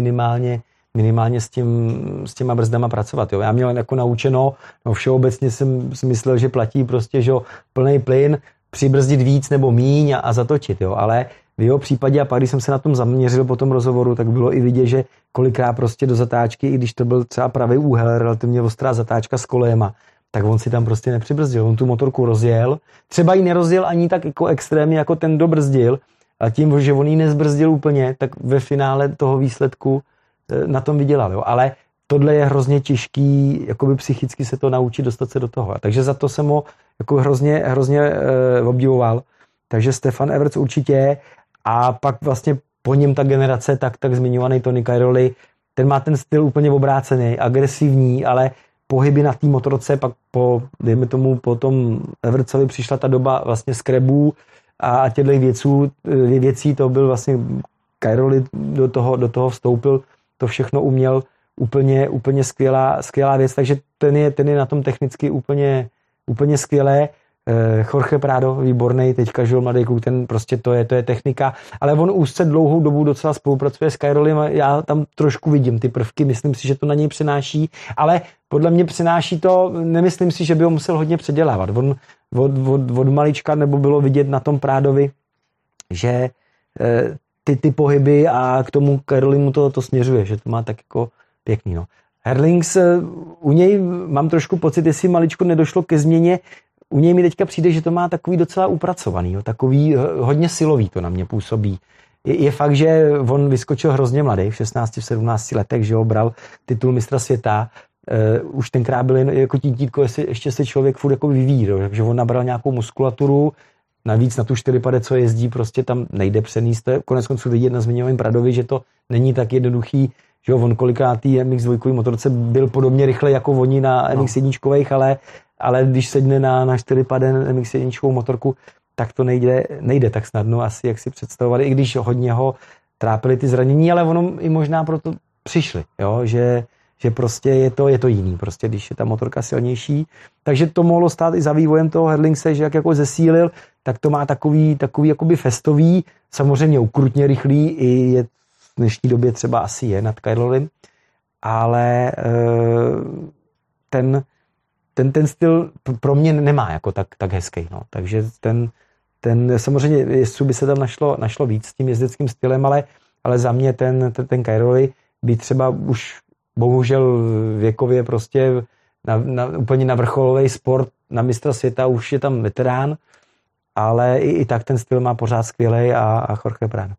minimálně s těma brzdama pracovat. Jo. Já měl jako naučeno, všeobecně jsem si myslel, že platí prostě, že plný plyn, přibrzdit víc nebo míň a zatočit. Jo. Ale v jeho případě, a pak když jsem se na tom zaměřil po tom rozhovoru, tak bylo i vidět, že kolikrát prostě do zatáčky, i když to byl třeba pravý úhel, relativně ostrá zatáčka s kolejema, tak on si tam prostě nepřibrzdil. On tu motorku rozjel. Třeba ji nerozjel ani tak jako extrémně, jako ten dobrzdil, a tím, že on ji nezbrzdil úplně, tak ve finále toho výsledku na tom vydělal. Jo. Ale tohle je hrozně těžký, jakoby psychicky se to naučit, dostat se do toho. Takže za to jsem ho jako hrozně obdivoval. Takže Stefan Everts určitě. A pak vlastně po něm ta generace, tak zmiňovaný Tony Cairoli, ten má ten styl úplně obrácený, agresivní, ale pohyby na té motorce, pak dejme tomu, po tom Evertsovi přišla ta doba vlastně skrebů a těchto věcí, to byl vlastně Cairoli do toho vstoupil, to všechno uměl, úplně skvělá věc, takže ten je na tom technicky úplně skvělé. Jorge Prado, výborný, teďka žil mladý kluk, ten prostě to je technika, ale on úzce dlouhou dobu docela spolupracuje s Cairolem a já tam trošku vidím ty prvky, myslím si, že to na něj přenáší, ale podle mě přenáší to, nemyslím si, že by ho musel hodně předělávat. On od malička, nebo bylo vidět na tom Prádovi, že ty pohyby a k tomu Cairolimu to směřuje, že to má tak jako pěkný. No. Herlings, u něj mám trošku pocit, jestli maličko nedošlo ke změně. U něj mi teďka přijde, že to má takový docela upracovaný, jo, takový hodně silový to na mě působí. Je fakt, že on vyskočil hrozně mladý, v 16-17 letech, že ho bral titul mistra světa. Už tenkrát byl jen jako títítko, jestli ještě se člověk furt jako vyvíjí, takže on nabral nějakou muskulaturu, navíc na tu 4pade, co jezdí, prostě tam nejde přenést. Konec konců vidět na zmiňovém Pradovi, že to není tak jednoduchý, že on kolikrát tý MX2 motorce byl podobně rychle jako oni na MX1, ale když sedne na 4pade MX1 motorku, tak to nejde tak snadno asi, jak si představovali, i když hodně ho trápily ty zranění, ale ono i možná proto přišli, jo? Že prostě je to jiný, prostě, když je ta motorka silnější. Takže to mohlo stát i za vývojem toho Herlingse, že jak jako zesílil, tak to má takový jakoby festový, samozřejmě ukrutně rychlý, i je v dnešní době třeba asi je nad Cairolem, ale ten styl pro mě nemá jako tak hezký. No. Takže ten samozřejmě jezdců by se tam našlo víc s tím jezdeckým stylem, ale za mě ten Cairoli by třeba už bohužel věkově prostě úplně na vrcholový sport, na mistra světa už je tam veterán, ale i tak ten styl má pořád skvělej a Jorge Prado.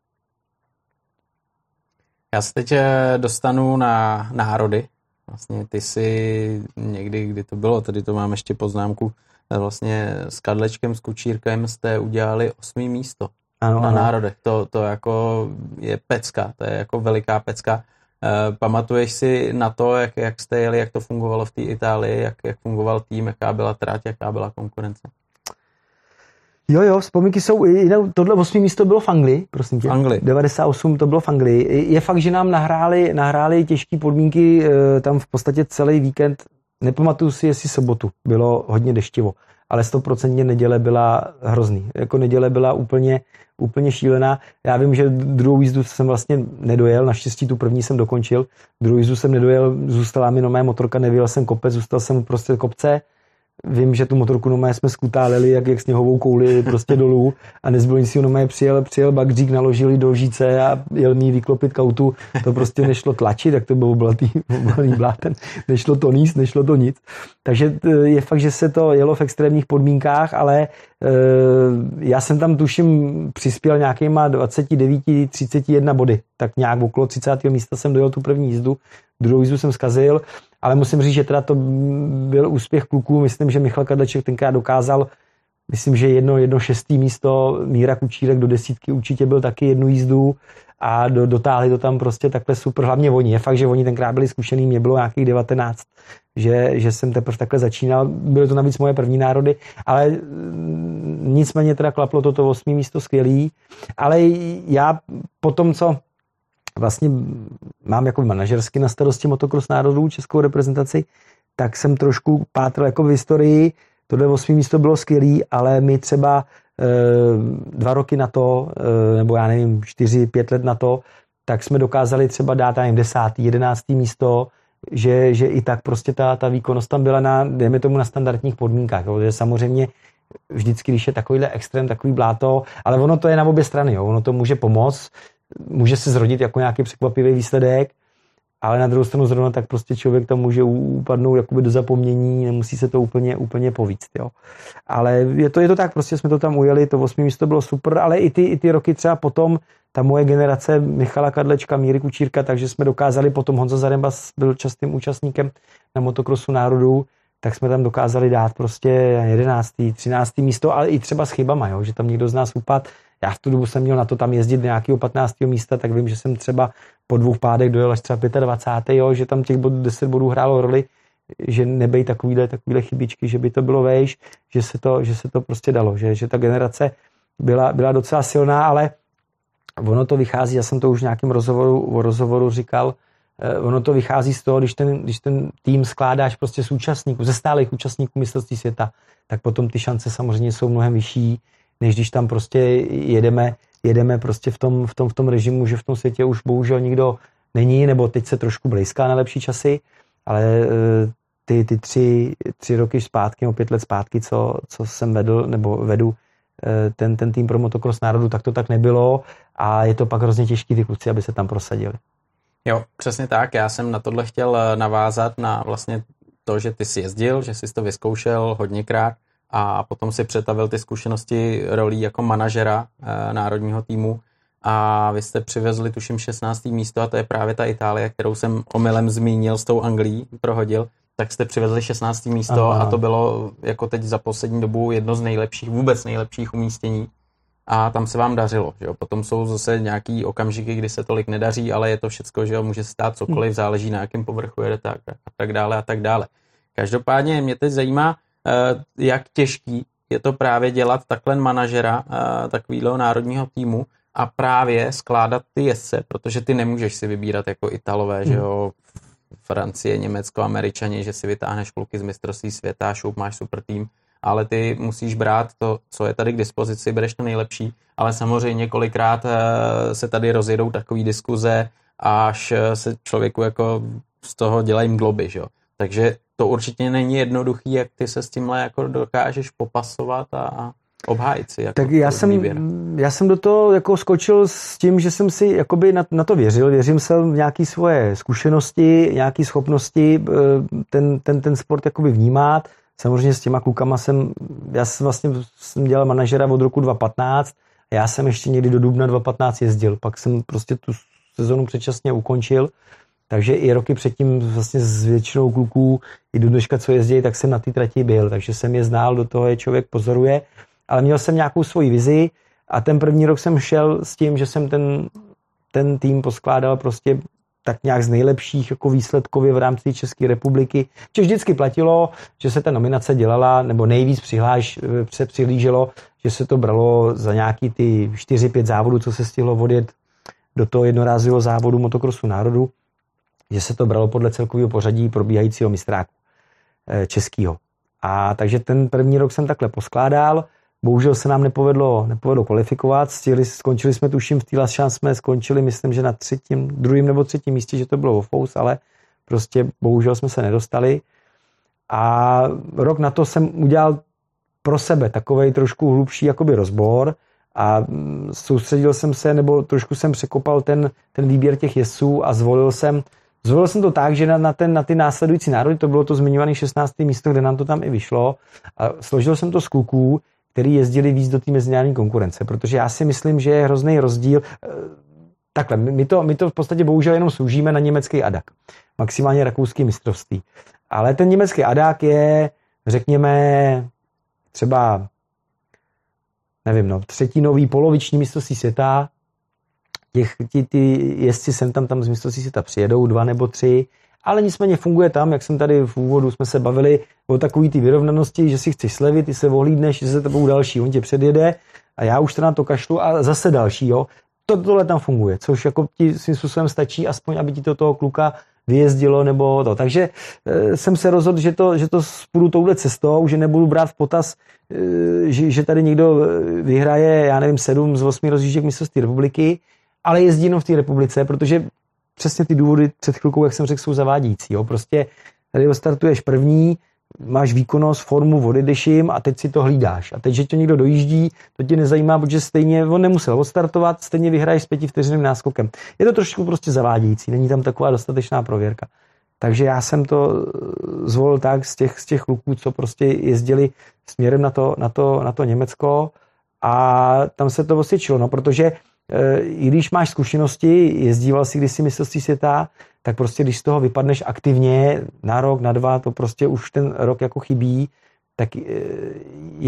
Já se teď dostanu na národy. Vlastně ty si někdy, kdy to bylo, tady to mám ještě poznámku, vlastně s Kadlečkem, s Kučírkem jste udělali 8. místo na národech. To jako je pecka, to je jako veliká pecka. Pamatuješ si na to, jak jste jeli, jak to fungovalo v té Itálii, jak fungoval tým, jaká byla trať, jaká byla konkurence? Jo, vzpomínky jsou, tohle 8. místo bylo v Anglii, prosím tě. 98 to bylo v Anglii. Je fakt, že nám nahráli těžké podmínky, tam v podstatě celý víkend, nepamatuju si, jestli sobotu, bylo hodně deštivo, ale 100% neděle byla hrozný. Jako neděle byla úplně šílená. Já vím, že druhou jízdu jsem vlastně nedojel, naštěstí tu první jsem dokončil, druhou jízdu jsem nedojel, zůstala mi nová motorka, nevyjel jsem kopec, zůstal jsem prostě kopce. Vím, že tu motorku nomé jsme skutáleli jak sněhovou kouli prostě dolů a nezbylo nic, nomé přijel bagřík, naložili do lžíce a jel mi vyklopit kautu, to prostě nešlo tlačit, tak to byl oblatý bláten, nešlo to níst, nešlo to nic. Takže je fakt, že se to jelo v extrémních podmínkách, ale já jsem tam tuším přispěl nějakýma 29-31 body, tak nějak okolo 30. místa jsem dojel tu první jízdu, druhou jízdu jsem zkazil, ale musím říct, že teda to byl úspěch kluků. Myslím, že Michal Kadleček tenkrát dokázal myslím, že jedno 6. místo, Míra Kučírek do 10 určitě byl taky jednu jízdu a dotáhli to tam prostě takhle super, hlavně oni. Je fakt, že oni tenkrát byli zkušený, mě bylo nějakých 19, že jsem teprve takhle začínal, byly to navíc moje první národy, ale nicméně teda klaplo toto 8. místo skvělý, ale já po tom, co vlastně mám jako manažersky na starosti motocross národů, českou reprezentaci, tak jsem trošku pátral jako v historii, tohle 8. místo bylo skvělý, ale my třeba 2 roky na to, nebo já nevím, 4-5 let na to, tak jsme dokázali třeba dát jim 10., 11. místo, že i tak prostě ta výkonnost tam byla dejme tomu na standardních podmínkách. Jo. Samozřejmě vždycky, když je takovýhle extrém, takový bláto, ale ono to je na obě strany, jo. Ono to může pomoct, může se zrodit jako nějaký překvapivý výsledek, ale na druhou stranu zrovna tak prostě člověk tam může upadnout jakoby do zapomnění, nemusí se to úplně povíct, jo. Ale je to tak, prostě jsme to tam ujeli, to 8. místo bylo super, ale i ty roky třeba potom, ta moje generace Michala Kadlečka, Míry Kučírka, takže jsme dokázali, potom Honza Zarembas byl častým účastníkem na motokrosu národů, tak jsme tam dokázali dát prostě 11., 13. místo, ale i třeba s chybama, jo, že tam někdo z nás upadl. Já v tu dobu jsem měl na to tam jezdit do nějakého 15. místa, tak vím, že jsem třeba po 2 pádech dojel až třeba 25. Jo, že tam těch 10 bodů hrálo roli, že nebej takovýhle chybičky, že by to bylo vejš, že se to prostě dalo, že ta generace byla docela silná, ale ono to vychází, já jsem to už v nějakém rozhovoru říkal, ono to vychází z toho, když ten tým skládáš prostě z účastníků, ze stálých účastníků mistrovství světa, tak potom ty šance samozřejmě jsou mnohem vyšší, než když tam prostě jedeme prostě v tom režimu, že v tom světě už bohužel nikdo není, nebo teď se trošku blejská na lepší časy, ale ty 3 roky zpátky, nebo 5 let zpátky, co jsem vedu ten tým pro motocross národů, tak to tak nebylo a je to pak hrozně těžký ty kluci, aby se tam prosadili. Jo, přesně tak. Já jsem na tohle chtěl navázat na vlastně to, že ty jsi jezdil, že jsi to vyzkoušel hodněkrát a potom si přetavil ty zkušenosti rolí jako manažera národního týmu a vy jste přivezli tuším 16. místo a to je právě ta Itálie, kterou jsem omylem zmínil, s tou Anglií prohodil, tak jste přivezli 16. místo a to bylo jako teď za poslední dobu jedno z vůbec nejlepších umístění a tam se vám dařilo. Že jo? Potom jsou zase nějaký okamžiky, kdy se tolik nedaří, ale je to všecko, že jo? Může se stát cokoliv, záleží na jakém povrchu jedete a tak dále. Každopádně mě teď zajímá, jak těžký je to právě dělat takhle manažera takovýhle národního týmu a právě skládat ty jezdce, protože ty nemůžeš si vybírat jako Italové, že jo, Francie, Německo, Američani, že si vytáhneš kluky z mistrovství světa, šup, máš super tým, ale ty musíš brát to, co je tady k dispozici, bereš to nejlepší, ale samozřejmě kolikrát se tady rozjedou takový diskuze, až se člověku jako z toho dělají mgloby, že jo. Takže to určitě není jednoduchý, jak ty se s tímhle jako dokážeš popasovat a obhájit si. Jako tak já jsem do toho jako skočil s tím, že jsem si jakoby na to věřím jsem v nějaké svoje zkušenosti, nějaké schopnosti ten sport jakoby vnímat. Samozřejmě s těma klukama jsem dělal manažera od roku 2015 a já jsem ještě někdy do dubna 2015 jezdil, pak jsem prostě tu sezonu předčasně ukončil. Takže i roky předtím vlastně s většinou kluků i do dneška, co jezdí, tak jsem na té trati byl. Takže jsem je znal, do toho je člověk pozoruje. Ale měl jsem nějakou svoji vizi a ten první rok jsem šel s tím, že jsem ten tým poskládal prostě tak nějak z nejlepších jako výsledkově v rámci České republiky. Že vždycky platilo, že se ta nominace dělala, nebo nejvíc se přihlíželo, že se to bralo za nějaký ty 4-5 závodů, co se stihlo odjet do toho jednorázového závodu motokrosu národů, že se to bralo podle celkového pořadí probíhajícího mistráku českého. A takže ten první rok jsem takhle poskládal. Bohužel se nám nepovedlo kvalifikovat. Skončili jsme tuším v té Last Chance, jsme skončili, myslím, že na 2. nebo 3. místě, že to bylo Fous, ale prostě bohužel jsme se nedostali. A rok na to jsem udělal pro sebe takovej trošku hlubší jakoby rozbor a soustředil jsem se, nebo trošku jsem překopal ten výběr těch jezdců a zvolil jsem to tak, že na ty následující národy, to bylo to zmiňované 16. místo, kde nám to tam i vyšlo, a složil jsem to z kluků, který jezdili víc do té mezinárodní konkurence, protože já si myslím, že je hrozný rozdíl. Takhle, my to v podstatě bohužel jenom soužíme na německý ADAC, maximálně rakouský mistrovství. Ale ten německý ADAC je, řekněme, třeba nevím, třetinový, poloviční mistrovství světa, ty jezdci sem tam z mistrovství světa přijedou, 2 nebo 3, ale nicméně funguje tam, jak jsem tady v úvodu jsme se bavili o takový ty vyrovnanosti, že si chceš slevit, ty se ohlídneš, že se tebou další, on tě předjede a já už teda na to kašlu a zase další, jo. Tohle tam funguje, což jako ti svým způsobem stačí, aspoň aby ti to toho kluka vyjezdilo nebo to. Takže jsem se rozhodl, že to půjdu touhle cestou, že nebudu brát v potaz, že tady někdo vyhraje, já nevím, 7 z 8 rozjížděk mistrovství republiky, ale jezdí jenom v té republice, protože přesně ty důvody před chvilkou, jak jsem řekl, jsou zavádějící. Jo. Prostě tady startuješ první, máš výkonnost, formu, odejdeš jim a teď si to hlídáš. A teď, že to někdo dojíždí, to tě nezajímá, protože stejně on nemusel odstartovat, stejně vyhraješ s 5 vteřinovým náskokem. Je to trošku prostě zavádějící, není tam taková dostatečná prověrka. Takže já jsem to zvolil tak z těch kluků, co prostě jezdili směrem na to Německo a tam se to osvědčilo, no, protože i když máš zkušenosti, jezdíval si kdysi mistrovství světa, tak prostě když z toho vypadneš aktivně na rok, na 2, to prostě už ten rok jako chybí, tak je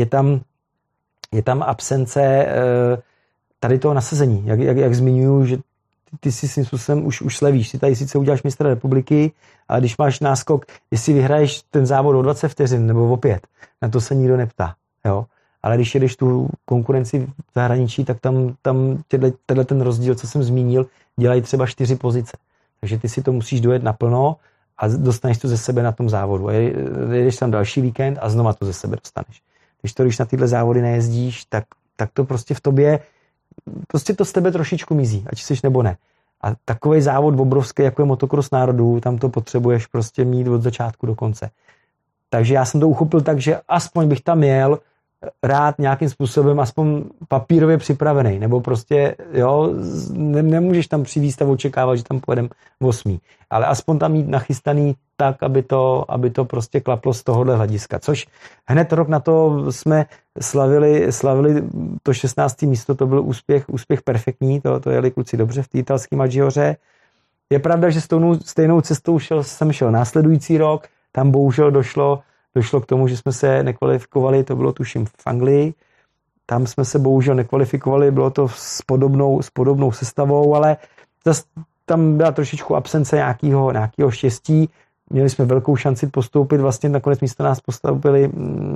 tam absence tady toho nasazení. Jak zmiňuju, že ty si svým způsobem už slevíš. Ty tady sice uděláš mistra republiky, ale když máš náskok, jestli vyhraješ ten závod o 20 vteřin nebo o 5, na to se nikdo neptá. Jo? Ale když jedeš tu konkurenci v zahraničí, tak tam tenhle ten rozdíl, co jsem zmínil, dělají třeba 4 pozice. Takže ty si to musíš dojet naplno a dostaneš to ze sebe na tom závodu. A jedeš tam další víkend a znova to ze sebe dostaneš. Když na tyhle závody nejezdíš, tak to prostě v tobě, prostě to z tebe trošičku mizí, ať jsi nebo ne. A takový závod obrovský, jako je motocross národů, tam to potřebuješ prostě mít od začátku do konce. Takže já jsem to uchopil tak, že aspoň bych tam jel rád nějakým způsobem aspoň papírově připravený, nebo prostě, jo, nemůžeš tam přivízt a očekávat, že tam pojedem 8. Ale aspoň tam mít nachystaný tak, aby to prostě klaplo z tohohle hlediska. Což hned rok na to jsme slavili to 16. místo, to byl úspěch perfektní, to jeli kluci dobře v té italské Maggiore. Je pravda, že stejnou cestou jsem šel následující rok, tam bohužel došlo k tomu, že jsme se nekvalifikovali, to bylo tuším v Anglii, tam jsme se bohužel nekvalifikovali, bylo to s podobnou sestavou, ale zase tam byla trošičku absence nějakého štěstí, měli jsme velkou šanci postoupit, vlastně nakonec místo nás postoupili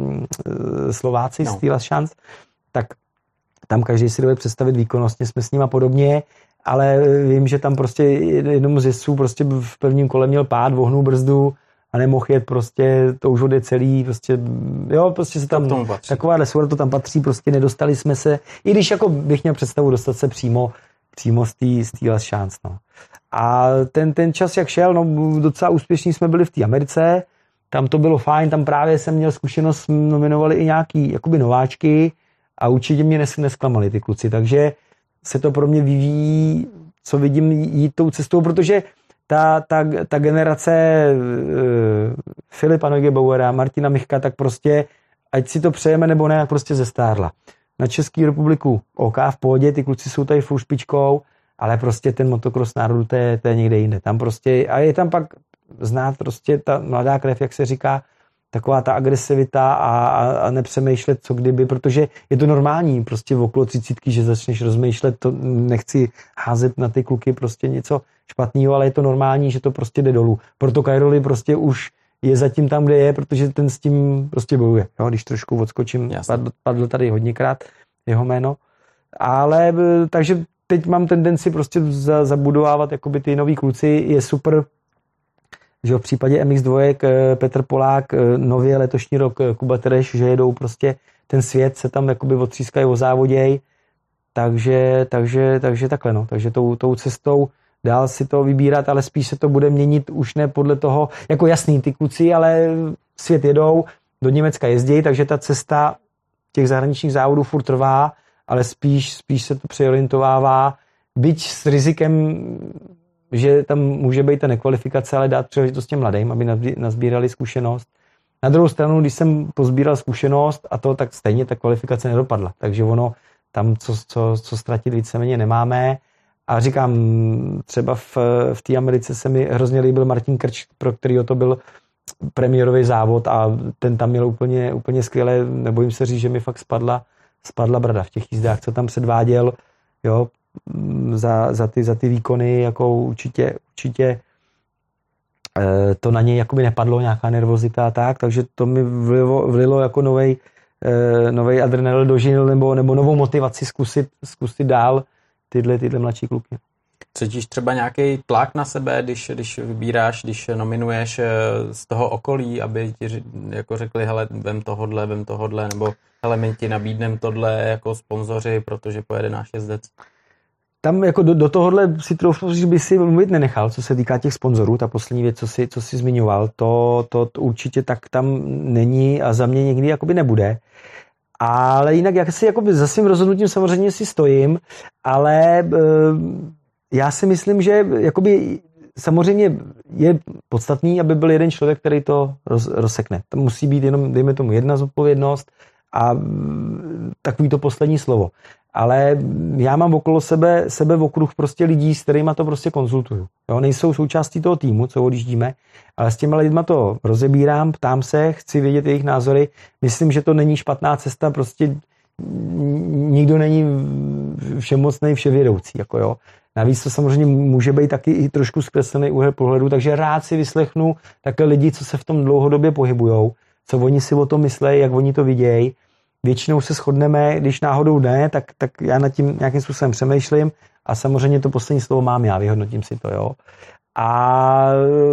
Slováci z Steel Chance, tak tam každý si dovede představit výkonnostně, jsme s nima podobně, ale vím, že tam prostě jednomu z jezdců prostě v prvním kole měl pád, vohnul brzdu, a nemohl jet prostě, to už jde celý, prostě, jo, prostě se tam, takováhle svoda to tam patří, prostě nedostali jsme se, i když jako bych měl představu dostat se přímo z té Last Chance, no. A ten čas, jak šel, no, docela úspěšní jsme byli v té Americe, tam to bylo fajn, tam právě jsem měl zkušenost, nominovali i nějaký, jakoby nováčky a určitě mě nesklamali ty kluci, takže se to pro mě vyvíjí, co vidím, jít tou cestou, protože ta generace Filipa Neugebauera, Martina Michka, tak prostě, ať si to přejeme nebo ne, tak prostě zestárla. Na Českou republiku OK, v pohodě, ty kluci jsou tady furt špičkou, ale prostě ten motocross národu, to je někde jinde. Tam prostě, a je tam pak znát prostě ta mladá krev, jak se říká, taková ta agresivita a nepřemýšlet, co kdyby, protože je to normální, prostě v okolo 30, že začneš rozmýšlet, to nechci házet na ty kluky prostě něco špatného, ale je to normální, že to prostě jde dolů. Proto Cairoli prostě už je zatím tam, kde je, protože ten s tím prostě bojuje. Jo, když trošku odskočím, padl tady hodněkrát jeho jméno. Ale takže teď mám tendenci prostě zabudovávat jakoby ty nový kluci. Je super, že v případě MX2 Petr Polák, nově letošní rok Kuba Tereš, že jedou prostě ten svět, se tam jakoby otřískají, ozávoděj. Takže takhle, no. Takže tou cestou dál si to vybírat, ale spíš se to bude měnit už ne podle toho, jako jasný ty kluci, ale svět jedou, do Německa jezdí, takže ta cesta těch zahraničních závodů furt trvá, ale spíš se to přeorientovává, byť s rizikem, že tam může být ta nekvalifikace, ale dát příležitost těm mladým, aby nazbírali zkušenost. Na druhou stranu, když jsem pozbíral zkušenost a to, tak stejně ta kvalifikace nedopadla. Takže ono tam, co ztratit víceméně nemáme. A říkám, třeba v té Americe se mi hrozně líbil Martin Krč, pro kterýho to byl premiérový závod a ten tam měl úplně skvěle, nebojím se říct, že mi fakt spadla spadla brada v těch jízdách, co tam předváděl, jo, za ty výkony, jako určitě to na něj jakoby nepadlo, nějaká nervozita a tak, takže to mi vlilo jako novej adrenalin do žil nebo novou motivaci zkusit dál tyhle mladší kluky. Cítíš třeba nějaký tlak na sebe, když vybíráš, když nominuješ z toho okolí, aby ti jako řekli, hele, vem tohodle, nebo hele, my ti nabídneme tohle jako sponzoři, protože pojede náš jezdec? Tam jako do tohohle si trochu, že by si mluvit nenechal, co se týká těch sponzorů, ta poslední věc, co jsi zmiňoval, to určitě tak tam není a za mě někdy jakoby nebude. Ale jinak jak si jakoby za svým rozhodnutím samozřejmě si stojím, ale já si myslím, že jakoby samozřejmě je podstatný, aby byl jeden člověk, který to rozsekne. Tam musí být jenom, dejme tomu, jedna zodpovědnost a takový to poslední slovo. Ale já mám okolo sebe okruh prostě lidí, s kterýma to prostě konzultuju. Jo, nejsou součástí toho týmu, co odjíždíme, ale s těma lidma to rozebírám, ptám se, chci vědět jejich názory. Myslím, že to není špatná cesta, prostě nikdo není všemocnej, vševědoucí. Jako jo. Navíc to samozřejmě může být taky i trošku zkreslený úhel pohledu, takže rád si vyslechnu takhle lidi, co se v tom dlouhodobě pohybujou, co oni si o tom myslejí, jak oni to vidějí. Většinou se shodneme, když náhodou ne, tak já nad tím nějakým způsobem přemýšlím a samozřejmě to poslední slovo mám já, vyhodnotím si to, jo. A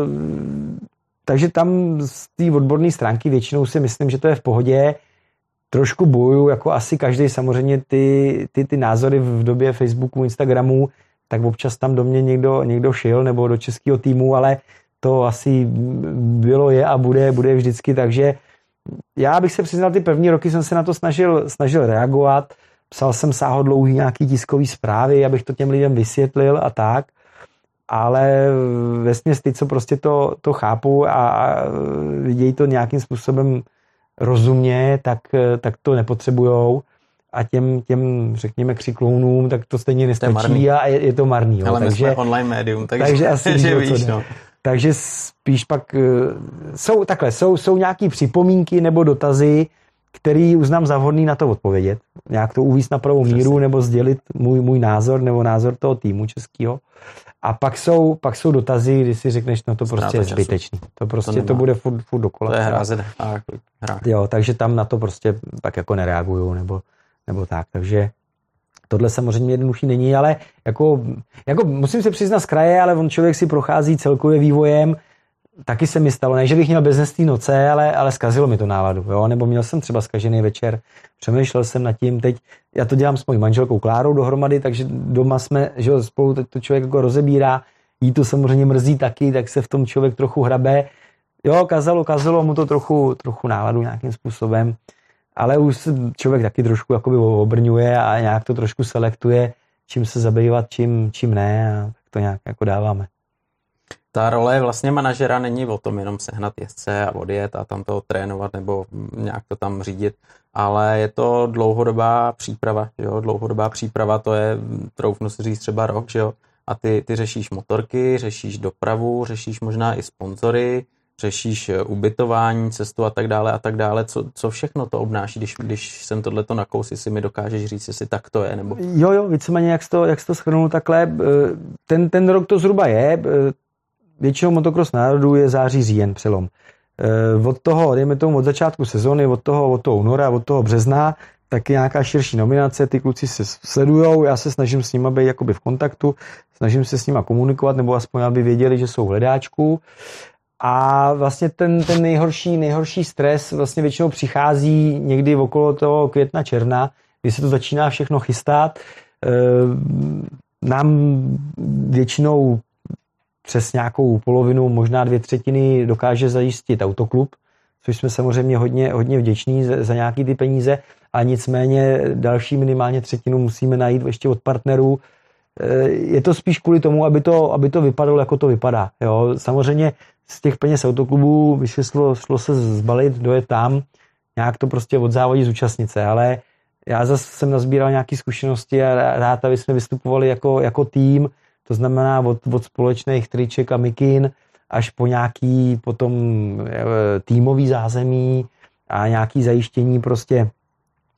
takže tam z té odborné stránky většinou si myslím, že to je v pohodě. Trošku bojuju, jako asi každý samozřejmě ty názory v době Facebooku, Instagramu, tak občas tam do mě někdo šil nebo do českého týmu, ale to asi bylo, je a bude vždycky, takže já bych se přiznal, ty první roky jsem se na to snažil reagovat, psal jsem sáhodlouhý nějaký tiskový zprávy, abych to těm lidem vysvětlil a tak, ale vesměs ty, co prostě to chápu a vidějí to nějakým způsobem rozumně, tak to nepotřebujou a těm řekněme křiklounům, tak to stejně nestačí a je to marný. Ale my jsme online médium, takže asi že víš, no. Takže spíš pak jsou nějaký připomínky nebo dotazy, který uznám za vhodný na to odpovědět. Nějak to uvést na pravou míru nebo sdělit můj názor nebo názor toho týmu českého. A pak jsou dotazy, kdy si řekneš, no to prostě je zbytečný. To prostě to bude furt dokola. To je hrázené. Jo, takže tam na to prostě tak jako nereaguju nebo tak. Takže tohle samozřejmě jednoduchý není, ale jako musím se přiznat z kraje, ale on člověk si prochází celkově vývojem. Taky se mi stalo, ne, že bych měl beznesný noce, ale zkazilo mi to náladu, jo? Nebo měl jsem třeba zkažený večer, přemýšlel jsem nad tím, teď já to dělám s mojí manželkou Klárou dohromady, takže doma jsme, že spolu teď to člověk jako rozebírá, jí to samozřejmě mrzí taky, tak se v tom člověk trochu hrabe. Jo, kazalo mu to trochu náladu nějakým způsobem, ale už se člověk taky trošku jakoby obrňuje a nějak to trošku selektuje, čím se zabývat, čím ne a tak to nějak jako dáváme. Ta role vlastně manažera není o tom jenom sehnat jezdce a odjet a tam to trénovat nebo nějak to tam řídit, ale je to dlouhodobá příprava, jo? Dlouhodobá příprava, to je, troufnu si říct, třeba rok, že jo? A ty řešíš motorky, řešíš dopravu, řešíš možná i sponzory, řešíš ubytování, cestu a tak dále. Co všechno to obnáší, když jsem tohleto nakous, jestli mi dokážeš říct, jestli tak to je, nebo... Jo, víceméně, jak jsi to shrnul takhle, ten rok to zhruba je, většinou motocross národů je září, říjen přelom. Od toho, dejme tomu od začátku sezóny, od toho února, od toho března, tak je nějaká širší nominace, ty kluci se sledujou, já se snažím s nimi být jakoby v kontaktu, snažím se s nimi komunikovat, nebo aspoň aby věděli, že jsou v hledáčku. A vlastně ten nejhorší stres vlastně většinou přichází někdy okolo toho května, června, kdy se to začíná všechno chystat. Nám většinou přes nějakou polovinu, možná 2/3 dokáže zajistit autoklub, což jsme samozřejmě hodně vděční za nějaký ty peníze, a nicméně další minimálně 1/3 musíme najít ještě od partnerů. Je to spíš kvůli tomu, aby to vypadalo, jako to vypadá. Jo? Samozřejmě z těch peněz autoklubů šlo se zbalit, dojet tam, nějak to prostě odzávodit zúčastnit se, ale já zase jsem nazbíral nějaké zkušenosti a rád, aby jsme vystupovali jako tým, to znamená od společných triček a mikin až po nějaký potom týmový zázemí a nějaký zajištění prostě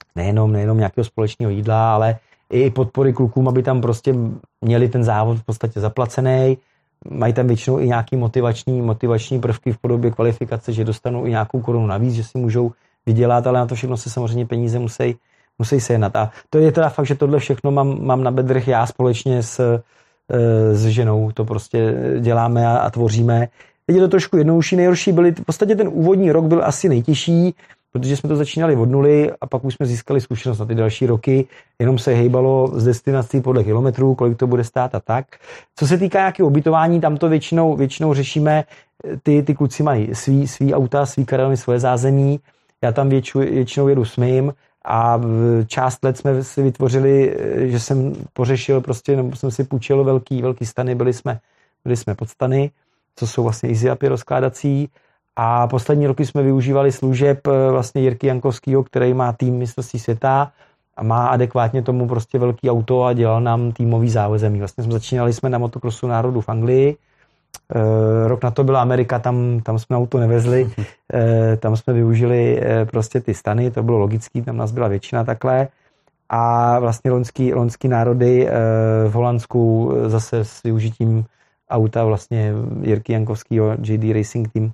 nejenom nějakého společného jídla, ale i podpory klukům, aby tam prostě měli ten závod v podstatě zaplacený. Mají tam většinou i nějaký motivační prvky v podobě kvalifikace, že dostanou i nějakou korunu navíc, že si můžou vydělat, ale na to všechno se samozřejmě peníze musí sehnat. A to je teda fakt, že tohle všechno mám na bedrech já společně s ženou. To prostě děláme a tvoříme. Teď je to trošku jednodušší, nejhorší byly, v podstatě ten úvodní rok byl asi nejtěžší, protože jsme to začínali od nuly a pak už jsme získali zkušenost na ty další roky, jenom se hejbalo z destinací podle kilometrů, kolik to bude stát a tak. Co se týká nějakého ubytování, tam to většinou řešíme, ty kluci mají svý auta, svý karaony, svoje zázemí, já tam většinou jedu s mým a část let jsme si vytvořili, že jsem pořešil prostě, nebo jsem si půjčil velký stany, byli jsme pod stany, co jsou vlastně easy upy rozkládací. A poslední roky jsme využívali služeb vlastně Jirky Jankovského, který má tým mistrovství světa a má adekvátně tomu prostě velký auto a dělal nám týmový zázemí. Vlastně začínali jsme na motokrosu národů v Anglii. Rok na to byla Amerika, tam jsme auto nevezli, tam jsme využili prostě ty stany, to bylo logický, tam nás byla většina takhle. A vlastně loňský národy v Holandsku zase s využitím auta vlastně Jirky Jankovského JD Racing Team.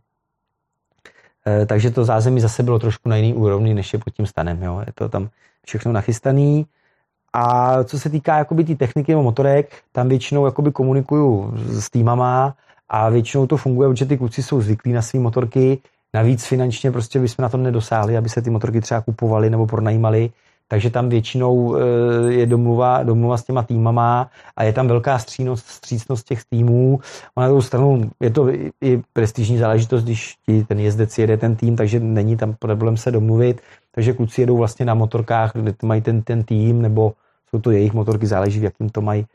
Takže to zázemí zase bylo trošku na jiný úrovni, než je pod tím stanem. Jo. Je to tam všechno nachystaný. A co se týká jakoby té techniky nebo motorek, tam většinou jakoby komunikuju s týmama a většinou to funguje, protože ty kluci jsou zvyklí na své motorky. Navíc finančně prostě bychom na tom nedosáhli, aby se ty motorky třeba kupovaly nebo pronajímaly. Takže tam většinou je domluva s těma týmama a je tam velká vstřícnost těch týmů. A na druhou stranu je to i prestižní záležitost, když ten jezdec jede ten tým, takže není tam problém se domluvit. Takže kluci jedou vlastně na motorkách, kde mají ten tým, nebo jsou to jejich motorky, záleží, v jakým to mají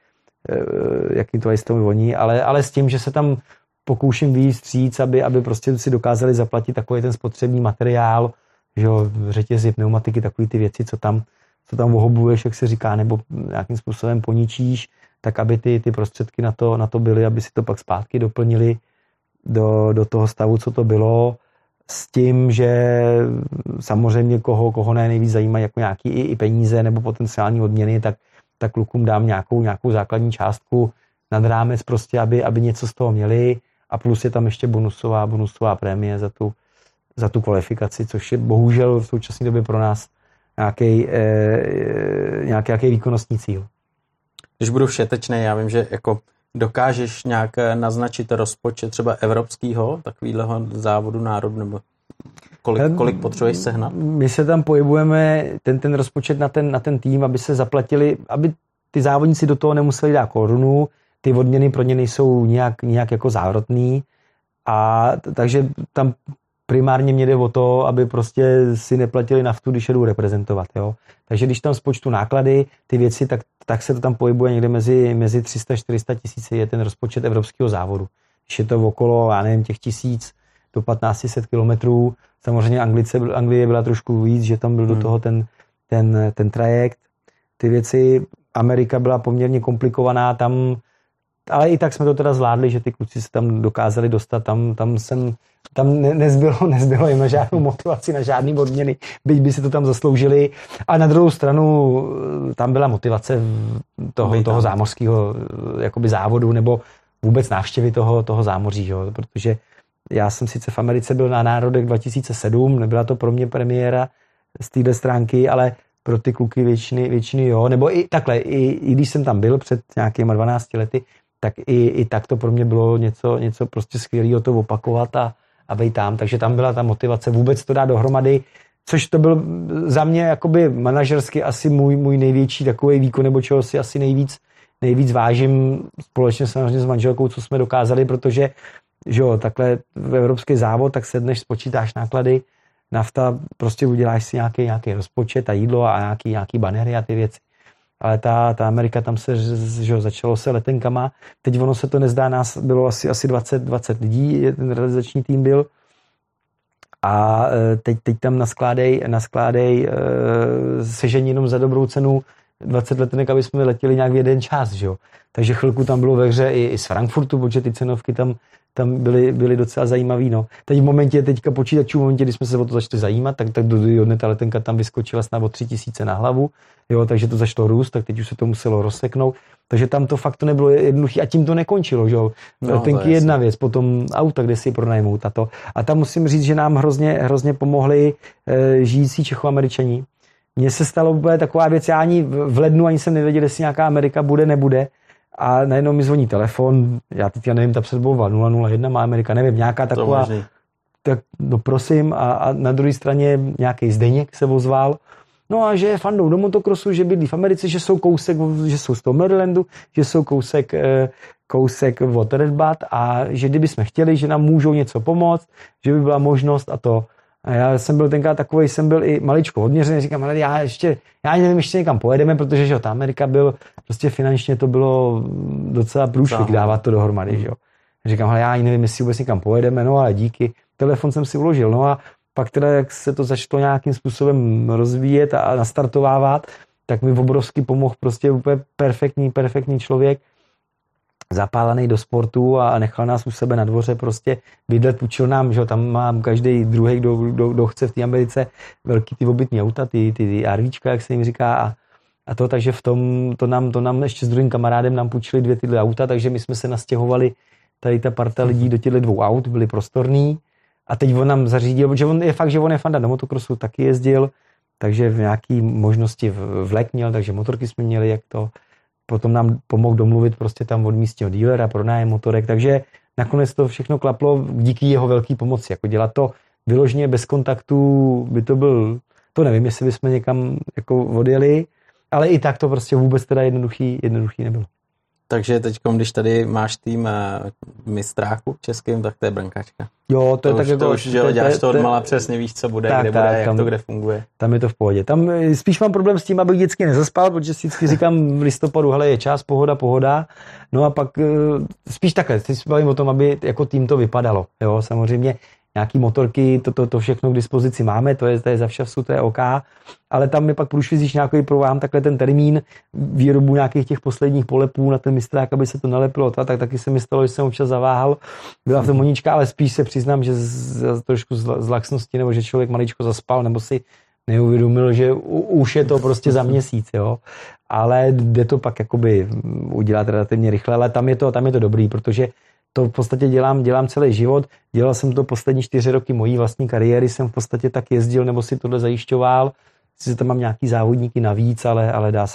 stavu oni, ale s tím, že se tam pokouším vyjít vstříc, aby prostě si dokázali zaplatit takový ten spotřební materiál, že jo, řetězy, pneumatiky, takové ty věci, co tam ohobuješ, jak se říká, nebo nějakým způsobem poničíš, tak aby ty prostředky na to byly, aby si to pak zpátky doplnili do toho stavu, co to bylo, s tím, že samozřejmě koho nejvíc zajímají jako nějaký i peníze nebo potenciální odměny, tak klukům dám nějakou základní částku nad rámec prostě, aby něco z toho měli a plus je tam ještě bonusová prémie za tu kvalifikaci, což je bohužel v současné době pro nás nějaký výkonnostní cíl. Když budu všetečný, já vím, že jako dokážeš nějak naznačit rozpočet třeba evropského takovýhleho závodu národu, nebo kolik potřebuješ sehnat? My se tam pohybujeme ten rozpočet na ten tým, aby se zaplatili, aby ty závodníci do toho nemuseli dát korunu, ty odměny pro ně nejsou nějak jako závratný a takže tam primárně mě jde o to, aby prostě si neplatili naftu, když jedou reprezentovat. Jo? Takže když tam spočtu náklady, ty věci, tak se to tam pohybuje někde mezi 300-400 tisíci je ten rozpočet evropského závodu. Když je to okolo, já nevím, těch 1000 do 1500 kilometrů, samozřejmě Anglie byla trošku víc, že tam byl do toho ten trajekt. Ty věci, Amerika byla poměrně komplikovaná, tam, ale i tak jsme to teda zvládli, že ty kluci se tam dokázali dostat, tam nezbylo jim na žádnou motivaci, na žádný odměny, byť by si to tam zasloužili. A na druhou stranu tam byla motivace toho zámořského jakoby závodu nebo vůbec návštěvy toho zámoří, jo? Protože já jsem sice v Americe byl na národech 2007, nebyla to pro mě premiéra z téhle stránky, ale pro ty kluky většiny jo, nebo i takhle, i když jsem tam byl před nějakýma 12 lety, tak i tak to pro mě bylo něco prostě skvělého to opakovat a být tam, takže tam byla ta motivace vůbec to dát dohromady, což to byl za mě jakoby manažersky asi můj největší takový výkon, nebo čeho si asi nejvíc vážím společně samozřejmě s manželkou, co jsme dokázali, protože že jo, takhle v evropský závod, tak sedneš, spočítáš náklady, nafta, prostě uděláš si nějaký rozpočet a jídlo a nějaký banery a ty věci. Ale ta Amerika, tam se že začalo se letenkama. Teď ono se to nezdá, nás bylo asi 20 lidí, ten realizační tým byl. A teď tam naskládej sežení jenom za dobrou cenu 20 letenek, aby jsme letěli nějak v jeden čas, že jo. Takže chvilku tam bylo ve hře i z Frankfurtu, protože ty cenovky tam tam byly docela zajímavý. No. Teď v momentě počítačů, v momentě, kdy jsme se o to začali zajímat, tak do dne ta letenka tam vyskočila snad o 3000 na hlavu, jo, takže to začalo růst, tak teď už se to muselo rozseknout. Takže tam to fakt to nebylo jednoduché a tím to nekončilo, že jo. Letenky je jedna věc, potom auta, kde si pronajmout a tam musím říct, že nám hrozně pomohli žijící Čechoameričani. Mně se stalo úplně taková věc, já ani v lednu ani jsem nevěděl, jestli nějaká Amerika bude, nebude. A najednou mi zvoní telefon, já teďka nevím, ta předbova 001 má Amerika, nevím, nějaká taková, tak no prosím, a na druhé straně nějaký Zdeněk se ozval, no a že je fandou do motokrosu, že bydlí v Americe, že jsou kousek, že jsou z toho Marylandu, že jsou kousek od Red Bud a že kdyby jsme chtěli, že nám můžou něco pomoct, že by byla možnost a to. A já jsem byl tenkrát takovej, jsem byl i maličko odměřený, říkám, ale já nevím, ještě někam pojedeme, protože že ta Amerika byl, prostě finančně to bylo docela průšvih dávat to dohromady, že jo. Říkám, ale já nevím, jestli vůbec někam pojedeme, no ale díky, telefon jsem si uložil, no a pak teda, jak se to začalo nějakým způsobem rozvíjet a nastartovávat, tak mi obrovsky pomohl prostě úplně perfektní člověk, zapálený do sportu a nechal nás u sebe na dvoře prostě bydlet, půjčil nám, že tam mám každý druhý, kdo chce v té Americe velký ty obytný auta, ty RVčka, jak se jim říká a to, takže v tom, to nám ještě s druhým kamarádem nám půjčili 2 tyhle auta, takže my jsme se nastěhovali tady ta parta lidí do těchto 2 aut, byli prostorný a teď on nám zařídil, protože on je fakt, že on je fanda do motokrosu, taky jezdil, takže v nějaký možnosti vlek měl, takže motorky jsme měli, jak to. Potom nám pomohl domluvit prostě tam od místního dílera, pronájem motorek, takže nakonec to všechno klaplo díky jeho velké pomoci. Jako dělat to vyloženě bez kontaktu by to byl, to nevím, jestli bychom někam jako odjeli, ale i tak to prostě vůbec teda jednoduchý nebylo. Takže teď, když tady máš tým mistráku českým, tak to je brankáčka. Jo, to je tak jako... To už děláš to odmala, přesně víš, co bude, tak, kde bude, jak to kde funguje. Tam je to v pohodě. Tam spíš mám problém s tím, abych vždycky nezaspal, protože si vždycky říkám v listopadu, hele, je čas, pohoda. No a pak spíš takhle, si bavím o tom, aby jako tým to vypadalo. Jo, samozřejmě nějaký motorky, to všechno k dispozici máme, to je za všasu, to je OK, ale tam mi pak průšvizíš nějaký provám takhle ten termín, výrobu nějakých těch posledních polepů na ten mistrák, aby se to nalepilo, tak taky se mi stalo, že jsem občas zaváhal, byla v tom honička, ale spíš se přiznám, že trošku z laxnosti, nebo že člověk maličko zaspal, nebo si neuvědomil, že už je to prostě za měsíc, jo. Ale jde to pak jakoby udělat relativně rychle, ale tam je to dobrý, protože to v podstatě dělám celý život. Dělal jsem to poslední 4 roky mojí vlastní kariéry, jsem v podstatě tak jezdil, nebo si tohle zajišťoval. Sice tam mám nějaký závodníky navíc, ale dá